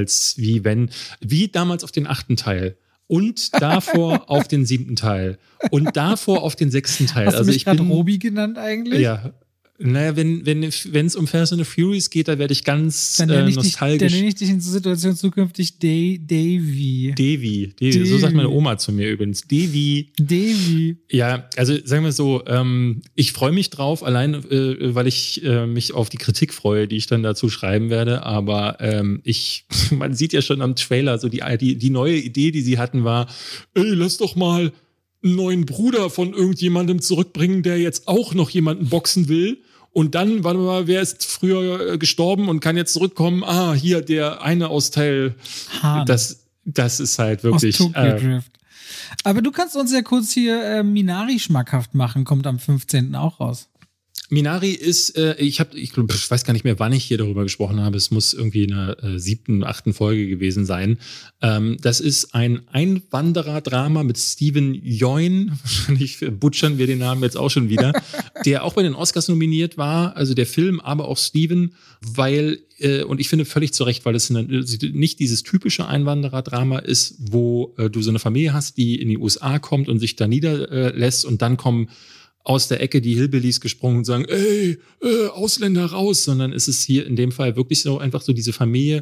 wie damals auf den 8. Teil und davor auf den 7. Teil und davor auf den 6. Teil. Hast du mich gerade Robi genannt eigentlich? Ja. Naja, wenn es um Fast and the Furious geht, da werde ich ganz nostalgisch. Dann nenne ich dich in so Situation zukünftig Davy. So sagt meine Oma zu mir übrigens. Davy. Ja, also sagen wir so, ich freue mich drauf, allein weil ich mich auf die Kritik freue, die ich dann dazu schreiben werde. Aber man sieht ja schon am Trailer, so die neue Idee, die sie hatten, war, lass doch mal einen neuen Bruder von irgendjemandem zurückbringen, der jetzt auch noch jemanden boxen will. Und dann, warte mal, wer ist früher gestorben und kann jetzt zurückkommen? Hier, der eine aus Teil. Das ist halt wirklich. Aus Tokyo Drift. Aber du kannst uns ja kurz hier Minari schmackhaft machen, kommt am 15. auch raus. Minari ist, ich weiß gar nicht mehr, wann ich hier darüber gesprochen habe. Es muss irgendwie in der 7., 8. Folge gewesen sein. Das ist ein Einwanderer-Drama mit Steven Yeun. Wahrscheinlich butchern wir den Namen jetzt auch schon wieder. Der auch bei den Oscars nominiert war. Also der Film, aber auch Steven, weil, und ich finde völlig zu Recht, weil es nicht dieses typische Einwanderer-Drama ist, wo du so eine Familie hast, die in die USA kommt und sich da niederlässt und dann kommen aus der Ecke die Hillbillies gesprungen und sagen, Ausländer raus, sondern es ist hier in dem Fall wirklich so einfach so, diese Familie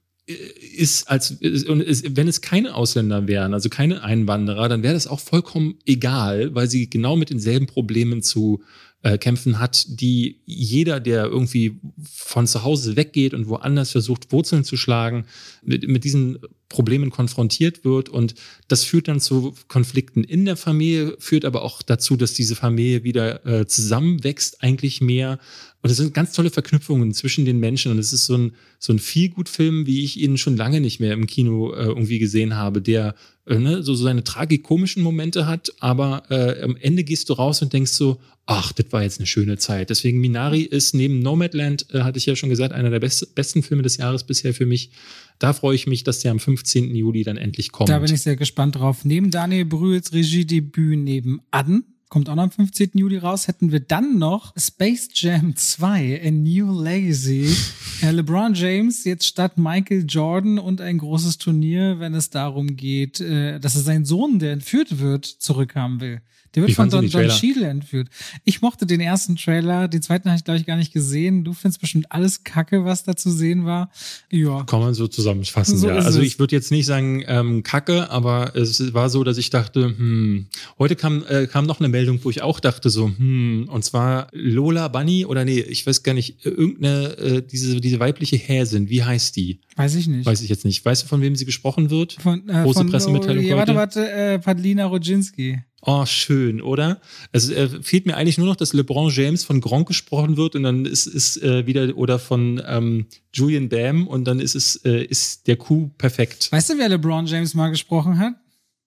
wenn es keine Ausländer wären, also keine Einwanderer, dann wäre das auch vollkommen egal, weil sie genau mit denselben Problemen zu kämpfen hat, die jeder, der irgendwie von zu Hause weggeht und woanders versucht, Wurzeln zu schlagen, mit diesen Problemen konfrontiert wird. Und das führt dann zu Konflikten in der Familie, führt aber auch dazu, dass diese Familie wieder zusammenwächst, eigentlich mehr. Und es sind ganz tolle Verknüpfungen zwischen den Menschen. Und es ist so ein Feel-Good-Film, wie ich ihn schon lange nicht mehr im Kino irgendwie gesehen habe, der so seine tragikomischen Momente hat, aber am Ende gehst du raus und denkst so, ach, das war jetzt eine schöne Zeit. Deswegen Minari ist neben Nomadland, hatte ich ja schon gesagt, einer der besten Filme des Jahres bisher für mich. Da freue ich mich, dass der am 15. Juli dann endlich kommt. Da bin ich sehr gespannt drauf. Neben Daniel Brühls Regiedebüt neben Adden, kommt auch noch am 15. Juli raus, hätten wir dann noch Space Jam 2, A New Legacy. LeBron James jetzt statt Michael Jordan und ein großes Turnier, wenn es darum geht, dass er seinen Sohn, der entführt wird, zurückhaben will. Der wird von Don Cheadle entführt. Ich mochte den ersten Trailer, den zweiten habe ich, glaube ich, gar nicht gesehen. Du findest bestimmt alles Kacke, was da zu sehen war. Ja. Kann man so zusammenfassen, so ja. Also ich würde jetzt nicht sagen Kacke, aber es war so, dass ich dachte, heute kam noch eine Meldung, wo ich auch dachte so, und zwar Lola Bunny oder nee, ich weiß gar nicht, irgendeine, diese weibliche Häsin, wie heißt die? Weiß ich nicht. Weiß ich jetzt nicht. Weißt du, von wem sie gesprochen wird? Große Pressemitteilung heute? Warte, Padlina Rodzinski. Oh, schön, oder? Also fehlt mir eigentlich nur noch, dass LeBron James von Gronk gesprochen wird und dann ist wieder, oder von Julian Bam und dann ist der Coup perfekt. Weißt du, wer LeBron James mal gesprochen hat?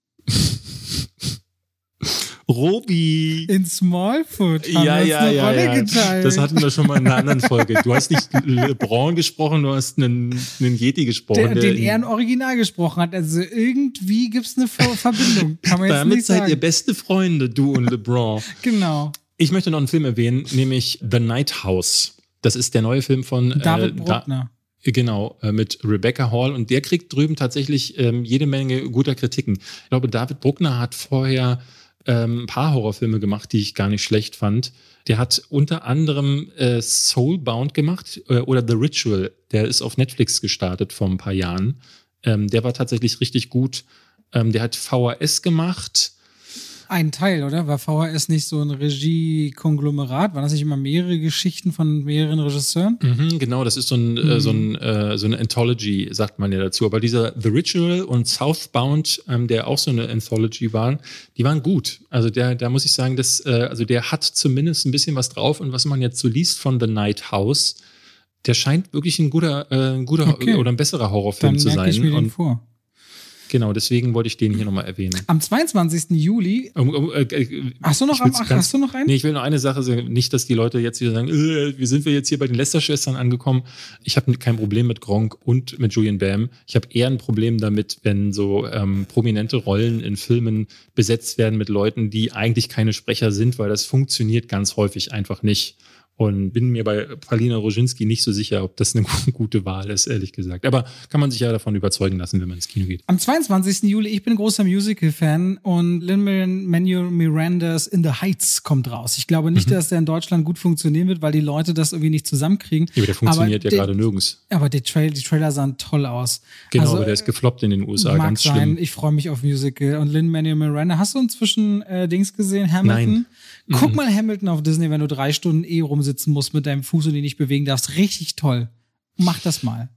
Robi. In Smallfoot haben wir uns eine Rolle geteilt. Das hatten wir schon mal in einer anderen Folge. Du hast nicht LeBron gesprochen, du hast einen Yeti gesprochen. Den er im Original gesprochen hat. Also irgendwie gibt es eine Verbindung. Kann man jetzt Damit nicht sagen. seid ihr beste Freunde, du und LeBron. Genau. Ich möchte noch einen Film erwähnen, nämlich The Night House. Das ist der neue Film von David Bruckner. Genau, mit Rebecca Hall. Und der kriegt drüben tatsächlich jede Menge guter Kritiken. Ich glaube, David Bruckner hat vorher ein paar Horrorfilme gemacht, die ich gar nicht schlecht fand. Der hat unter anderem Soulbound gemacht oder The Ritual. Der ist auf Netflix gestartet vor ein paar Jahren. Der war tatsächlich richtig gut. Der hat VHS gemacht. Ein Teil, oder? War VHS nicht so ein Regie-Konglomerat? Waren das nicht immer mehrere Geschichten von mehreren Regisseuren? Genau, das ist so eine Anthology, sagt man ja dazu. Aber dieser The Ritual und Southbound, der auch so eine Anthology waren, die waren gut. Also da muss ich sagen, der hat zumindest ein bisschen was drauf. Und was man jetzt so liest von The Night House, der scheint wirklich ein guter okay. Oder ein besserer Horrorfilm dann zu sein. Dann merke ich mir den vor. Genau, deswegen wollte ich den hier nochmal erwähnen. Am 22. Juli. Hast du noch einen? Nee, ich will nur eine Sache sagen. Nicht, dass die Leute jetzt wieder sagen, wie sind wir jetzt hier bei den Lester-Schwestern angekommen? Ich habe kein Problem mit Gronk und mit Julian Bam. Ich habe eher ein Problem damit, wenn so prominente Rollen in Filmen besetzt werden mit Leuten, die eigentlich keine Sprecher sind, weil das funktioniert ganz häufig einfach nicht. Und bin mir bei Paulina Roginski nicht so sicher, ob das eine gute Wahl ist, ehrlich gesagt. Aber kann man sich ja davon überzeugen lassen, wenn man ins Kino geht. Am 22. Juli, ich bin großer Musical-Fan und Lin-Manuel Miranda's In the Heights kommt raus. Ich glaube nicht, dass der in Deutschland gut funktionieren wird, weil die Leute das irgendwie nicht zusammenkriegen. Ja, aber der funktioniert ja gerade nirgends. Aber die Trailer sahen toll aus. Genau, also, aber der ist gefloppt in den USA, ganz schlimm. Ich freue mich auf Musical. Und Lin-Manuel Miranda, hast du inzwischen Dings gesehen, Hamilton? Nein. Guck mal Hamilton auf Disney, wenn du 3 Stunden rumsitzen musst mit deinem Fuß und ihn nicht bewegen darfst. Richtig toll. Mach das mal.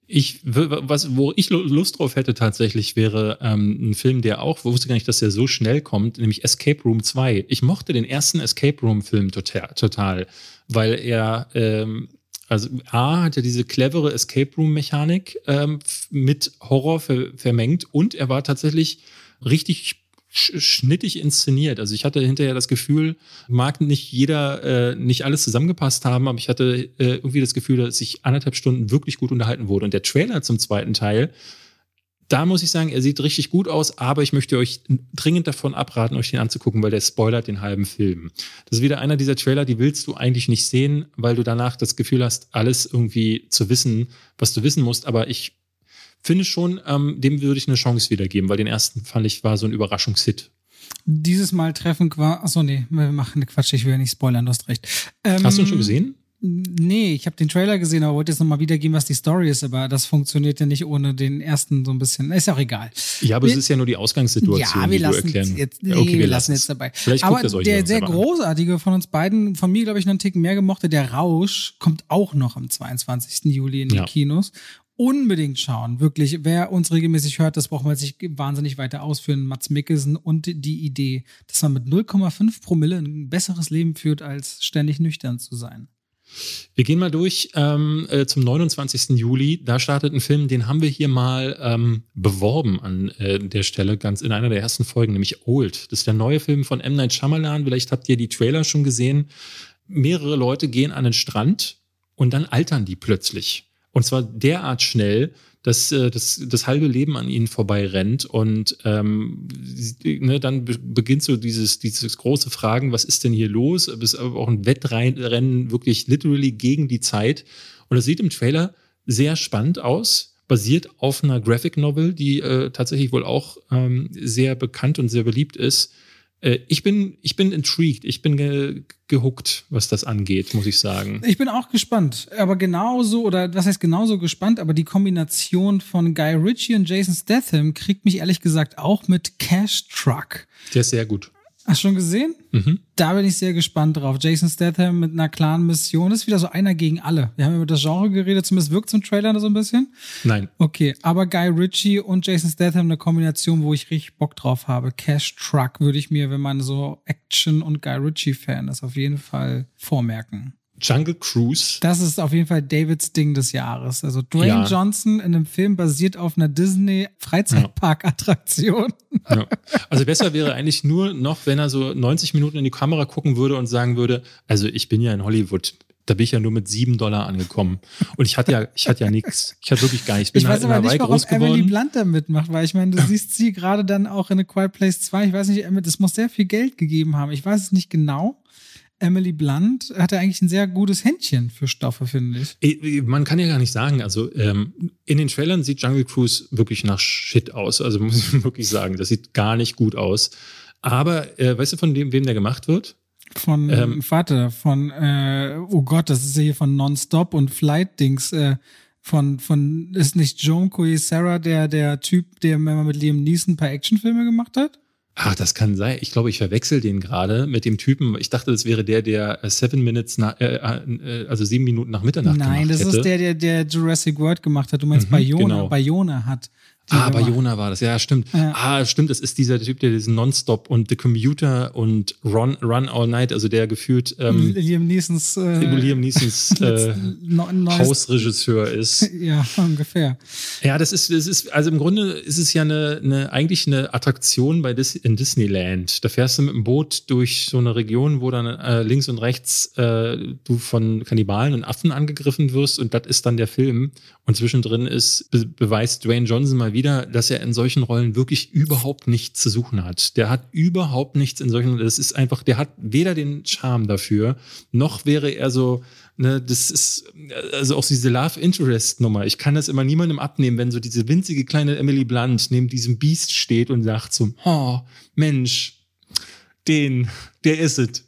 Wo ich Lust drauf hätte tatsächlich, wäre ein Film, der auch, wusste gar nicht, dass der so schnell kommt, nämlich Escape Room 2. Ich mochte den ersten Escape Room Film total, weil er also A, hat er diese clevere Escape Room Mechanik mit Horror vermengt und er war tatsächlich richtig schnittig inszeniert. Also ich hatte hinterher das Gefühl, mag nicht alles zusammengepasst haben, aber ich hatte irgendwie das Gefühl, dass ich 1,5 Stunden wirklich gut unterhalten wurde. Und der Trailer zum zweiten Teil, da muss ich sagen, er sieht richtig gut aus, aber ich möchte euch dringend davon abraten, euch den anzugucken, weil der spoilert den halben Film. Das ist wieder einer dieser Trailer, die willst du eigentlich nicht sehen, weil du danach das Gefühl hast, alles irgendwie zu wissen, was du wissen musst. Aber ich finde schon, dem würde ich eine Chance wiedergeben, weil den ersten fand ich war so ein Überraschungshit. Dieses Mal treffen quasi. Achso, nee, wir machen Quatsch, ich will ja nicht spoilern, du hast recht. Hast du ihn schon gesehen? Nee, ich habe den Trailer gesehen, aber wollte jetzt nochmal wiedergeben, was die Story ist, aber das funktioniert ja nicht ohne den ersten so ein bisschen. Ist ja auch egal. Ja, aber es ist ja nur die Ausgangssituation, ja, die du erklären. Wir lassen jetzt dabei. Vielleicht aber das euch der sehr großartige von uns beiden, von mir glaube ich noch einen Ticken mehr gemochte, der Rausch, kommt auch noch am 22. Juli in die Kinos. Unbedingt schauen, wirklich. Wer uns regelmäßig hört, das braucht man sich wahnsinnig weiter ausführen. Mads Mikkelsen und die Idee, dass man mit 0,5 Promille ein besseres Leben führt, als ständig nüchtern zu sein. Wir gehen mal durch zum 29. Juli. Da startet ein Film, den haben wir hier mal beworben an der Stelle, ganz in einer der ersten Folgen, nämlich Old. Das ist der neue Film von M. Night Shyamalan. Vielleicht habt ihr die Trailer schon gesehen. Mehrere Leute gehen an den Strand und dann altern die plötzlich. Und zwar derart schnell, dass das halbe Leben an ihnen vorbei rennt. Und dann beginnt so dieses große Fragen, was ist denn hier los? Es ist aber auch ein Wettrennen wirklich literally gegen die Zeit. Und das sieht im Trailer sehr spannend aus, basiert auf einer Graphic Novel, die tatsächlich wohl auch sehr bekannt und sehr beliebt ist. Ich bin intrigued, ich bin gehuckt, was das angeht, muss ich sagen. Ich bin auch gespannt, aber genauso, oder was heißt genauso gespannt, aber die Kombination von Guy Ritchie und Jason Statham kriegt mich ehrlich gesagt auch mit Cash Truck. Der ist sehr gut. Hast du schon gesehen? Mhm. Da bin ich sehr gespannt drauf. Jason Statham mit einer klaren Mission. Das ist wieder so einer gegen alle. Wir haben über das Genre geredet, zumindest wirkt es im Trailer so ein bisschen. Nein. Okay, aber Guy Ritchie und Jason Statham eine Kombination, wo ich richtig Bock drauf habe. Cash Truck würde ich mir, wenn man so Action- und Guy Ritchie-Fan ist, auf jeden Fall vormerken. Jungle Cruise. Das ist auf jeden Fall Davids Ding des Jahres. Also Dwayne Johnson in einem Film basiert auf einer Disney-Freizeitpark-Attraktion. Ja. Also besser wäre eigentlich nur noch, wenn er so 90 Minuten in die Kamera gucken würde und sagen würde, also ich bin ja in Hollywood. Da bin ich ja nur mit $7 angekommen. Und ich hatte ja nichts. Ich hatte wirklich gar nichts. Ich weiß aber nicht, warum Emily Blunt da mitmacht, weil ich meine, du siehst sie gerade dann auch in A Quiet Place 2. Ich weiß nicht, das muss sehr viel Geld gegeben haben. Ich weiß es nicht genau. Emily Blunt hatte eigentlich ein sehr gutes Händchen für Stoffe, finde ich. Man kann ja gar nicht sagen, also in den Trailern sieht Jungle Cruise wirklich nach Shit aus. Also muss ich wirklich sagen, das sieht gar nicht gut aus. Aber weißt du, von wem der gemacht wird? Oh Gott, das ist ja hier von Nonstop und Flight-Dings, ist nicht Joan Coyesera der Typ, der immer mit Liam Neeson ein paar Actionfilme gemacht hat? Ach, das kann sein. Ich glaube, ich verwechsel den gerade mit dem Typen. Ich dachte, das wäre der 7 Minutes, also 7 Minuten nach Mitternacht Nein, gemacht das hätte. ist der Jurassic World gemacht hat. Du meinst Bayona. Genau. Bayona hat. Bayona war das. Ja, stimmt. Ja. Stimmt. Das ist dieser Typ, der diesen Nonstop und The Commuter und Run All Night, also der gefühlt Liam Neesons Hausregisseur ist. Ja, ungefähr. Ja, das ist, also im Grunde ist es ja eigentlich eine Attraktion in Disneyland. Da fährst du mit dem Boot durch so eine Region, wo dann links und rechts du von Kannibalen und Affen angegriffen wirst und das ist dann der Film. Und zwischendrin beweist Dwayne Johnson mal wieder, dass er in solchen Rollen wirklich überhaupt nichts zu suchen hat. Der hat überhaupt nichts in solchen, das ist einfach, der hat weder den Charme dafür, noch wäre er so, ne, das ist, also auch diese Love Interest Nummer. Ich kann das immer niemandem abnehmen, wenn so diese winzige kleine Emily Blunt neben diesem Biest steht und sagt so, oh, Mensch, der ist es.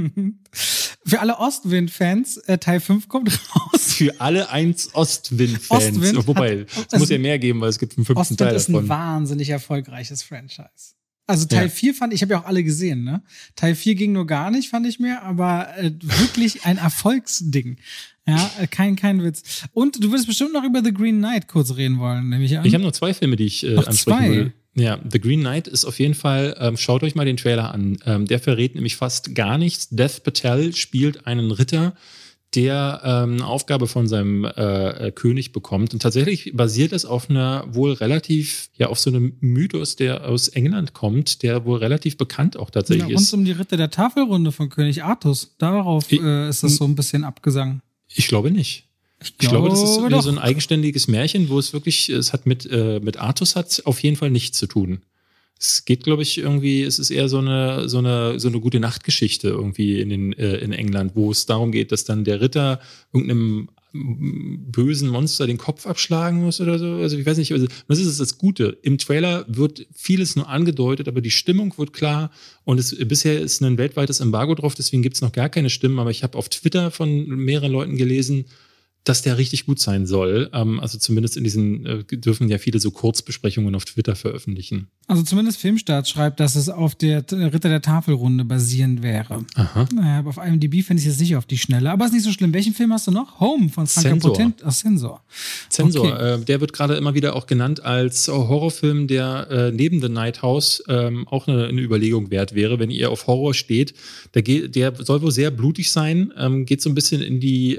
Für alle Ostwind-Fans, Teil 5 kommt raus. Für alle Ostwind-Fans. Wobei, es muss ja mehr geben, weil es gibt einen 5. Teil davon. Ostwind ist ein wahnsinnig erfolgreiches Franchise. Also Teil 4 ich habe ja auch alle gesehen, ne? Teil 4 ging nur gar nicht, fand ich mir, aber wirklich ein Erfolgsding. Ja, kein Witz. Und du würdest bestimmt noch über The Green Knight kurz reden wollen, nehme ich an. Ich habe noch 2 Filme, die ich ansprechen will. Ja, The Green Knight ist auf jeden Fall, schaut euch mal den Trailer an. Der verrät nämlich fast gar nichts. Dev Patel spielt einen Ritter, der eine Aufgabe von seinem König bekommt. Und tatsächlich basiert es auf einer wohl relativ, auf so einem Mythos, der aus England kommt, der wohl relativ bekannt auch tatsächlich ist. Rund um die Ritter der Tafelrunde von König Artus. Darauf ist das so ein bisschen abgesangen. Ich glaube nicht. Ich glaube, das ist so ein eigenständiges Märchen, wo es wirklich, es hat mit Artus hat auf jeden Fall nichts zu tun. Es geht, glaube ich, irgendwie, es ist eher so eine gute Nachtgeschichte irgendwie in England, wo es darum geht, dass dann der Ritter irgendeinem bösen Monster den Kopf abschlagen muss oder so. Also ich weiß nicht, also das ist das Gute. Im Trailer wird vieles nur angedeutet, aber die Stimmung wird klar und bisher ist ein weltweites Embargo drauf, deswegen gibt es noch gar keine Stimmen, aber ich habe auf Twitter von mehreren Leuten gelesen, dass der richtig gut sein soll. Also zumindest in diesen dürfen ja viele so Kurzbesprechungen auf Twitter veröffentlichen. Also zumindest Filmstart schreibt, dass es auf der Ritter der Tafelrunde basierend wäre. Aha. Naja, aber auf IMDb finde ich es jetzt nicht auf die Schnelle. Aber ist nicht so schlimm. Welchen Film hast du noch? Home von Franka Potente. Ach, Censor. Censor, okay. Der wird gerade immer wieder auch genannt als Horrorfilm, der neben The Night House auch eine Überlegung wert wäre, wenn ihr auf Horror steht. Der soll wohl sehr blutig sein, geht so ein bisschen in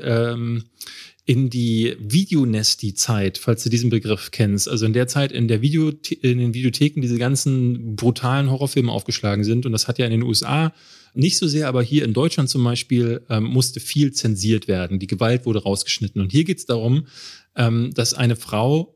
die Videonesti-Zeit, falls du diesen Begriff kennst. Also in der Zeit, in den Videotheken diese ganzen brutalen Horrorfilme aufgeschlagen sind. Und das hat ja in den USA nicht so sehr, aber hier in Deutschland zum Beispiel musste viel zensiert werden. Die Gewalt wurde rausgeschnitten. Und hier geht es darum, dass eine Frau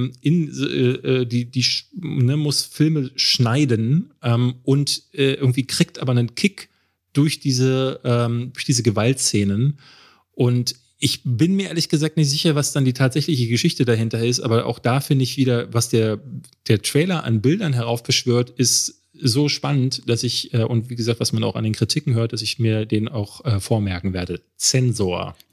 muss Filme schneiden und irgendwie kriegt aber einen Kick durch diese Gewaltszenen. Und ich bin mir ehrlich gesagt nicht sicher, was dann die tatsächliche Geschichte dahinter ist, aber auch da finde ich wieder, was der Trailer an Bildern heraufbeschwört, ist so spannend, dass ich, und wie gesagt, was man auch an den Kritiken hört, dass ich mir den auch vormerken werde. Censor.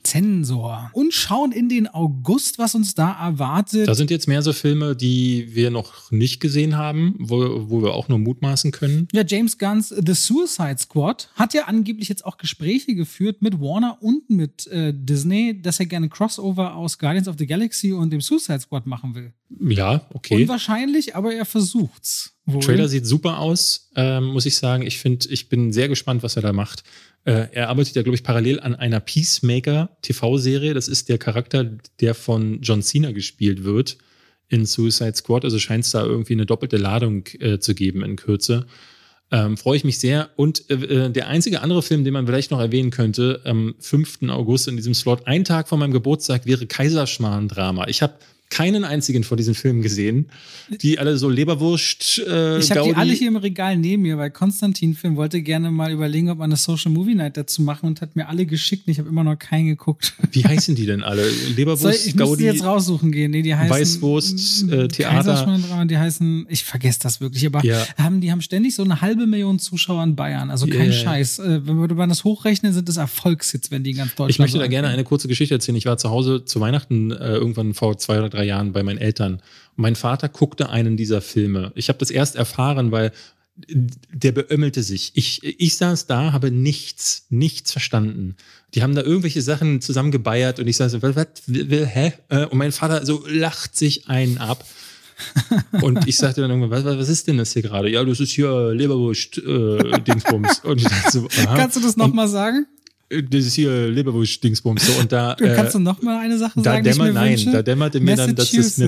Zensor und schauen in den August, was uns da erwartet. Da sind jetzt mehr so Filme, die wir noch nicht gesehen haben, wo wir auch nur mutmaßen können. Ja, James Gunn's The Suicide Squad hat ja angeblich jetzt auch Gespräche geführt mit Warner und mit Disney, dass er gerne Crossover aus Guardians of the Galaxy und dem Suicide Squad machen will. Ja, okay. Unwahrscheinlich, aber er versucht's. Der Trailer sieht super aus, muss ich sagen. Ich bin sehr gespannt, was er da macht. Er arbeitet ja, glaube ich, parallel an einer Peacemaker-TV-Serie. Das ist der Charakter, der von John Cena gespielt wird in Suicide Squad. Also scheint es da irgendwie eine doppelte Ladung zu geben in Kürze. Freue ich mich sehr. Und der einzige andere Film, den man vielleicht noch erwähnen könnte, am 5. August in diesem Slot, ein Tag vor meinem Geburtstag, wäre Kaiserschmarrn-Drama. Ich habe keinen einzigen von diesen Filmen gesehen, die alle so Leberwurst ich habe die alle hier im Regal neben mir, weil Konstantin-Film wollte gerne mal überlegen, ob man eine Social Movie Night dazu machen und hat mir alle geschickt und ich habe immer noch keinen geguckt. Wie heißen die denn alle? Leberwurst, ich muss die jetzt raussuchen gehen. Nee, die heißen Weißwurst, Theater. Die heißen, ich vergesse das wirklich, aber die haben ständig so 500.000 Zuschauer in Bayern, also kein Scheiß. Wenn man das hochrechnen, sind das Erfolgshits, wenn die in ganz Deutschland Ich möchte da gerne eine kurze Geschichte erzählen. Ich war zu Hause zu Weihnachten irgendwann vor 2 oder 3 Jahren bei meinen Eltern. Und mein Vater guckte einen dieser Filme. Ich habe das erst erfahren, weil der beömmelte sich. Ich saß da, habe nichts verstanden. Die haben da irgendwelche Sachen zusammengebeiert und ich saß so, hä? Und mein Vater so lacht sich einen ab. Und ich sagte dann irgendwann, was ist denn das hier gerade? Ja, das ist hier Leberwurst-Dingsbums. Und ich dachte so, aha. Kannst du das nochmal sagen? Das ist hier Leberwurst-Dingsbums. So, und da, kannst du noch mal eine Sache sagen, da dämmerte mir dann, dass das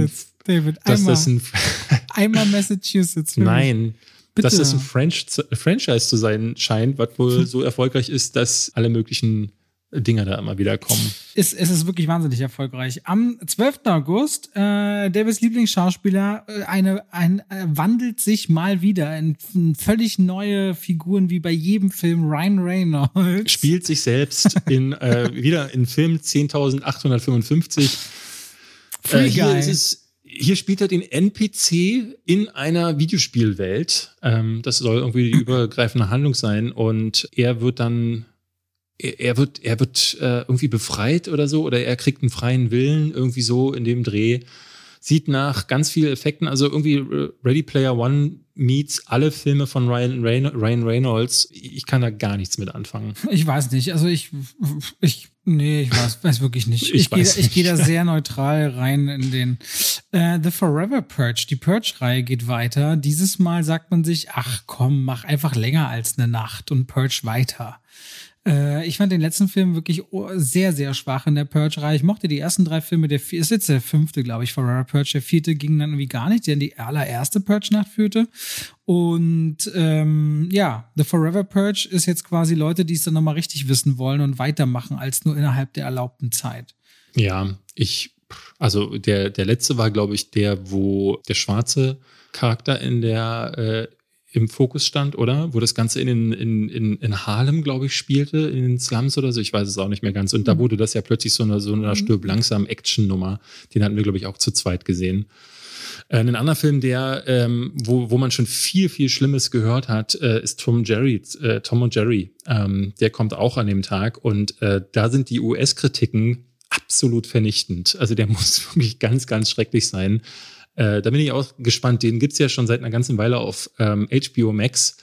einmal Massachusetts. Nein, bitte. Dass das ein Franchise zu sein scheint, was wohl so erfolgreich ist, dass alle möglichen Dinger da immer wieder kommen. Es ist wirklich wahnsinnig erfolgreich. Am 12. August, Davids Lieblingsschauspieler, wandelt sich mal wieder in völlig neue Figuren, wie bei jedem Film. Ryan Reynolds spielt sich selbst wieder in Film 10.855. Hier spielt er den NPC in einer Videospielwelt. Das soll irgendwie die übergreifende Handlung sein. Und er wird dann er wird irgendwie befreit oder so, oder er kriegt einen freien Willen, irgendwie so in dem Dreh. Sieht nach ganz vielen Effekten, also irgendwie Ready Player One meets alle Filme von Ryan Reynolds. Ich kann da gar nichts mit anfangen. Ich weiß nicht, also ich weiß wirklich nicht. Ich gehe da sehr neutral rein in den The Forever Purge. Die Purge-Reihe geht weiter. Dieses Mal sagt man sich, ach komm, mach einfach länger als eine Nacht und Purge weiter. Ich fand den letzten Film wirklich sehr, sehr schwach in der Purge-Reihe. Ich mochte die ersten 3 Filme, ist jetzt der 5., glaube ich, Forever Purge. Der 4. ging dann irgendwie gar nicht, der in die allererste Purge-Nacht führte. Und The Forever Purge ist jetzt quasi Leute, die es dann nochmal richtig wissen wollen und weitermachen als nur innerhalb der erlaubten Zeit. Ja, also der letzte war, glaube ich, der, wo der schwarze Charakter im Fokus stand, oder? Wo das Ganze in Harlem, glaube ich, spielte, in den Slums oder so. Ich weiß es auch nicht mehr ganz. Und da wurde das ja plötzlich so eine Stirb langsam Action-Nummer. Den hatten wir, glaube ich, auch zu zweit gesehen. Ein anderer Film, der, wo man schon viel, viel Schlimmes gehört hat, ist Tom und Jerry. Der kommt auch an dem Tag. Und da sind die US-Kritiken absolut vernichtend. Also der muss wirklich ganz, ganz schrecklich sein. Da bin ich auch gespannt. Den gibt's ja schon seit einer ganzen Weile auf HBO Max.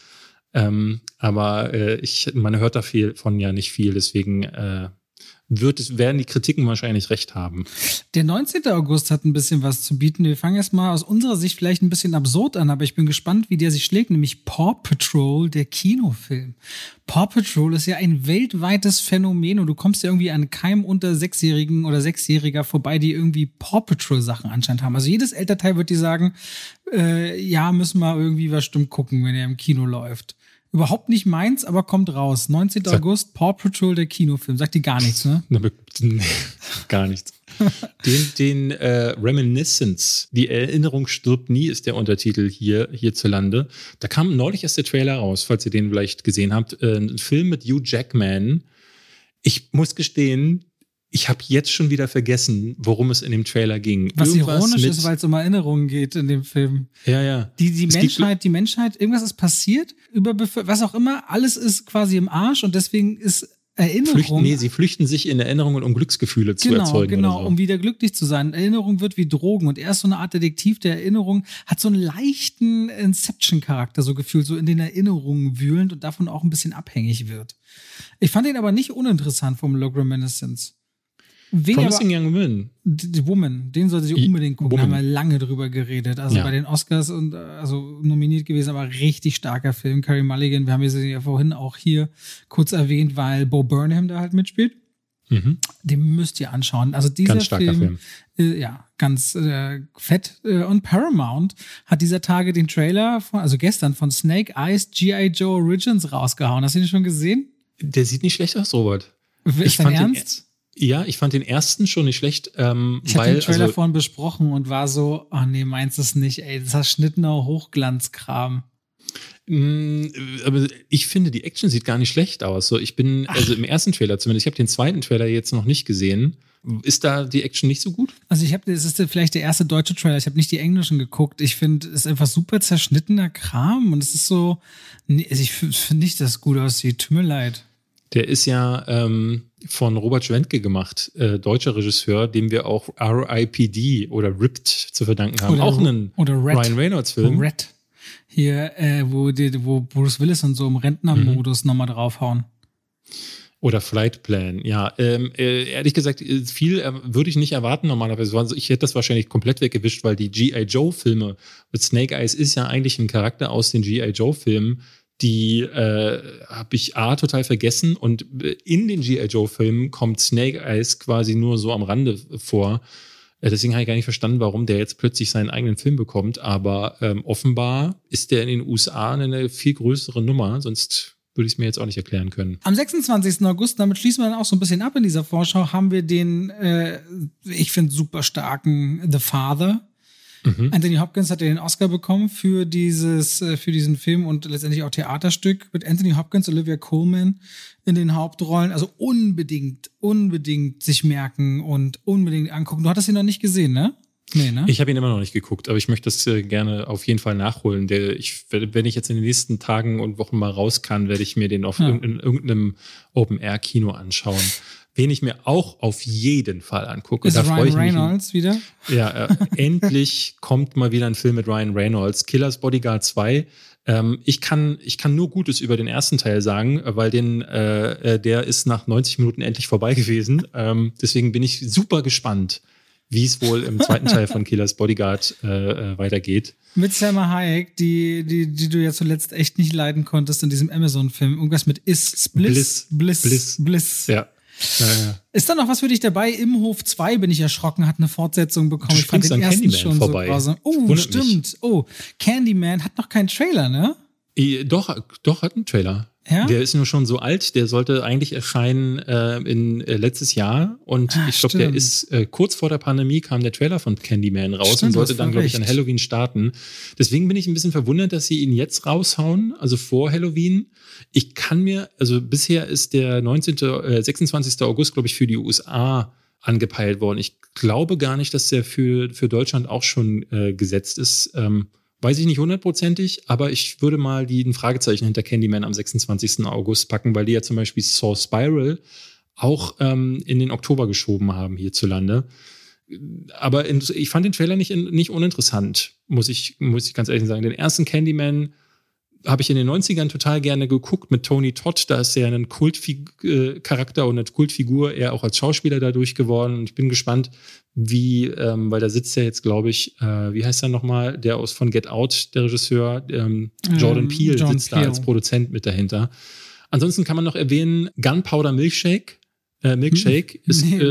Aber man hört davon ja nicht viel. Deswegen werden die Kritiken wahrscheinlich recht haben. Der 19. August hat ein bisschen was zu bieten. Wir fangen erstmal aus unserer Sicht vielleicht ein bisschen absurd an, aber ich bin gespannt, wie der sich schlägt, nämlich Paw Patrol, der Kinofilm. Paw Patrol ist ja ein weltweites Phänomen und du kommst ja irgendwie an keinem unter 6-Jährigen oder 6-Jähriger vorbei, die irgendwie Paw Patrol Sachen anscheinend haben. Also jedes Elternteil wird dir sagen, müssen wir irgendwie was stimmt gucken, wenn er im Kino läuft. Überhaupt nicht meins, aber kommt raus. 19. August, Paw Patrol, der Kinofilm. Sagt dir gar nichts, ne? Nee, gar nichts. Den Reminiscence, die Erinnerung stirbt nie, ist der Untertitel hierzulande. Da kam neulich erst der Trailer raus, falls ihr den vielleicht gesehen habt. Ein Film mit Hugh Jackman. Ich muss gestehen, ich habe jetzt schon wieder vergessen, worum es in dem Trailer ging. Was ironisch ist, weil es um Erinnerungen geht in dem Film. Ja. Die Menschheit, irgendwas ist passiert, was auch immer, alles ist quasi im Arsch und deswegen ist Erinnerung. Sie flüchten sich in Erinnerungen, um Glücksgefühle zu erzeugen. Genau, oder so. um wieder glücklich zu sein. Erinnerung wird wie Drogen und er ist so eine Art Detektiv der Erinnerung, hat so einen leichten Inception-Charakter, so gefühlt, so in den Erinnerungen wühlend und davon auch ein bisschen abhängig wird. Ich fand ihn aber nicht uninteressant vom Log Reminiscence. Promising Young Woman. Die Woman, den sollte sie unbedingt gucken. Da haben wir lange drüber geredet. Also Ja. bei den Oscars und also nominiert gewesen, aber richtig starker Film. Carey Mulligan, wir haben sie ja vorhin auch hier kurz erwähnt, weil Bo Burnham da halt mitspielt. Mhm. Den müsst ihr anschauen. Also dieser Ganz starker Film. Ganz fett. Und Paramount hat dieser Tage den Trailer also gestern von Snake Eyes G.I. Joe Origins rausgehauen. Hast du den schon gesehen? Der sieht nicht schlecht aus, Robert. Ist dein Ernst? Ich fand den ersten schon nicht schlecht. Ich habe den Trailer vorhin besprochen und war so, oh nee, meinst du es nicht, ey, das zerschnittener Hochglanzkram. Aber ich finde, die Action sieht gar nicht schlecht aus. So, also im ersten Trailer zumindest, ich habe den zweiten Trailer jetzt noch nicht gesehen. Ist da die Action nicht so gut? Also es ist vielleicht der erste deutsche Trailer, ich habe nicht die englischen geguckt. Ich finde, es ist einfach super zerschnittener Kram und es ist so, ich finde nicht, dass es gut aussieht, tut mir leid. Der ist ja von Robert Schwentke gemacht, deutscher Regisseur, dem wir auch R.I.P.D. oder Ripped zu verdanken haben. Auch einen Ryan Reynolds-Film. Red. Hier, wo Bruce Willis und so im Rentnermodus nochmal draufhauen. Oder Flight Plan, ja. Ehrlich gesagt, viel würde ich nicht erwarten normalerweise. Also ich hätte das wahrscheinlich komplett weggewischt, weil die G.I. Joe-Filme mit Snake Eyes ist ja eigentlich ein Charakter aus den G.I. Joe-Filmen, die habe ich total vergessen und in den G.I. Joe-Filmen kommt Snake Eyes quasi nur so am Rande vor. Deswegen habe ich gar nicht verstanden, warum der jetzt plötzlich seinen eigenen Film bekommt, aber offenbar ist der in den USA eine viel größere Nummer, sonst würde ich es mir jetzt auch nicht erklären können. Am 26. August, damit schließen wir dann auch so ein bisschen ab in dieser Vorschau, haben wir den, ich finde, super starken The Father. Mhm. Anthony Hopkins hat ja den Oscar bekommen für diesen Film und letztendlich auch Theaterstück mit Anthony Hopkins, Olivia Colman in den Hauptrollen. Also unbedingt sich merken und unbedingt angucken. Du hattest ihn noch nicht gesehen, ne? Nee, ne? Ich habe ihn immer noch nicht geguckt, aber ich möchte das gerne auf jeden Fall nachholen. Wenn ich jetzt in den nächsten Tagen und Wochen mal raus kann, werde ich mir den in irgendeinem Open-Air-Kino anschauen. Wen ich mir auch auf jeden Fall angucke. Ist da Ryan Reynolds wieder? Ja, endlich kommt mal wieder ein Film mit Ryan Reynolds. Killers Bodyguard 2. Ich kann nur Gutes über den ersten Teil sagen, weil der ist nach 90 Minuten endlich vorbei gewesen. Deswegen bin ich super gespannt, wie es wohl im zweiten Teil von Killers Bodyguard weitergeht. Mit Salma Hayek, die du ja zuletzt echt nicht leiden konntest in diesem Amazon-Film. Irgendwas mit Bliss. Ja. Ja. Ist da noch was für dich dabei? Im Hof 2 bin ich erschrocken, hat eine Fortsetzung bekommen. Ich fand den ersten Candyman schon vorbei. so grausam. Oh, stimmt. Oh, Candyman hat noch keinen Trailer, ne? Doch, hat einen Trailer. Ja? Der ist nur schon so alt, der sollte eigentlich erscheinen letztes Jahr und ich glaube, der ist kurz vor der Pandemie kam der Trailer von Candyman raus und sollte dann, glaube ich, an Halloween starten. Deswegen bin ich ein bisschen verwundert, dass sie ihn jetzt raushauen, also vor Halloween. Bisher ist der 26. August, glaube ich, für die USA angepeilt worden. Ich glaube gar nicht, dass der für Deutschland auch schon gesetzt ist. Weiß ich nicht hundertprozentig, aber ich würde mal ein Fragezeichen hinter Candyman am 26. August packen, weil die ja zum Beispiel Saw Spiral auch in den Oktober geschoben haben hierzulande. Aber ich fand den Trailer nicht uninteressant, muss ich ganz ehrlich sagen. Den ersten Candyman habe ich in den 90ern total gerne geguckt mit Tony Todd. Da ist er ein Kultcharakter und eine Kultfigur, er auch als Schauspieler dadurch geworden. Und ich bin gespannt, weil da sitzt ja jetzt, glaube ich, wie heißt er nochmal, der von Get Out, der Regisseur, Jordan Peele sitzt da als Produzent mit dahinter. Ansonsten kann man noch erwähnen, Gunpowder Milkshake. Milkshake,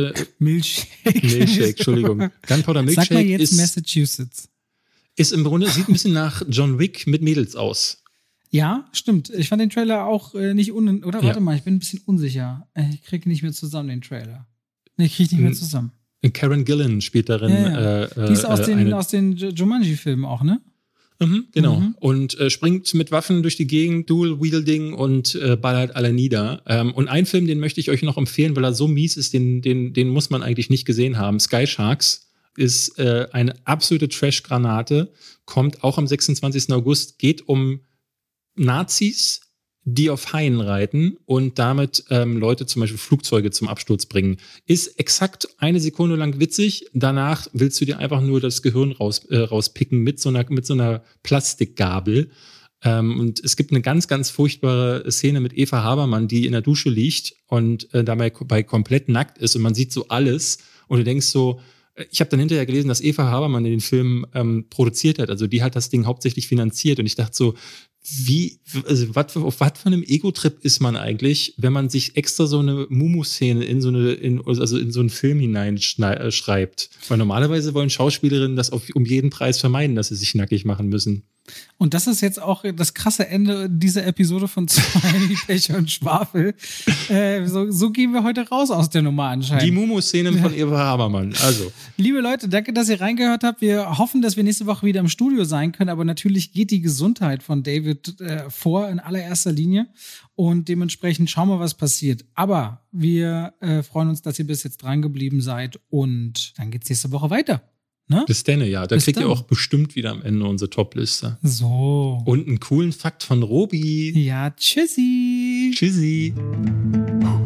Entschuldigung. Gunpowder Milkshake Sag mal jetzt Massachusetts. Ist im Grunde, sieht ein bisschen nach John Wick mit Mädels aus. Ja, stimmt. Ich fand den Trailer auch nicht oder? Warte mal, ich bin ein bisschen unsicher. Ich kriege nicht mehr zusammen den Trailer. Nee, ich kriege nicht mehr zusammen. Karen Gillan spielt darin. Ja. Die ist aus den Jumanji-Filmen auch, ne? Genau. Und springt mit Waffen durch die Gegend, Dual-Wielding und ballert alle nieder. Und einen Film, den möchte ich euch noch empfehlen, weil er so mies ist, den muss man eigentlich nicht gesehen haben. Sky Sharks ist eine absolute Trash-Granate, kommt auch am 26. August, geht um Nazis, die auf Haien reiten und damit Leute, zum Beispiel Flugzeuge, zum Absturz bringen. Ist exakt eine Sekunde lang witzig. Danach willst du dir einfach nur das Gehirn rauspicken mit so einer Plastikgabel. Und es gibt eine ganz, ganz furchtbare Szene mit Eva Habermann, die in der Dusche liegt und dabei komplett nackt ist und man sieht so alles und du denkst so, ich habe dann hinterher gelesen, dass Eva Habermann den Film produziert hat, also die hat das Ding hauptsächlich finanziert und ich dachte so, auf was für einem Ego-Trip ist man eigentlich, wenn man sich extra so eine Mumu-Szene in so einen Film hineinschreibt? Weil normalerweise wollen Schauspielerinnen das um jeden Preis vermeiden, dass sie sich nackig machen müssen. Und das ist jetzt auch das krasse Ende dieser Episode von Zwei Pech und Schwafel. So gehen wir heute raus aus der Nummer anscheinend. Die Mumu-Szenen von Eva Habermann. Also. Liebe Leute, danke, dass ihr reingehört habt. Wir hoffen, dass wir nächste Woche wieder im Studio sein können. Aber natürlich geht die Gesundheit von David vor in allererster Linie. Und dementsprechend schauen wir, was passiert. Aber wir freuen uns, dass ihr bis jetzt dran geblieben seid. Und dann geht's nächste Woche weiter. Ne? Bis dann, ja. Da kriegt ihr auch bestimmt wieder am Ende unsere Top-Liste. So. Und einen coolen Fakt von Robi. Ja, tschüssi. Tschüssi.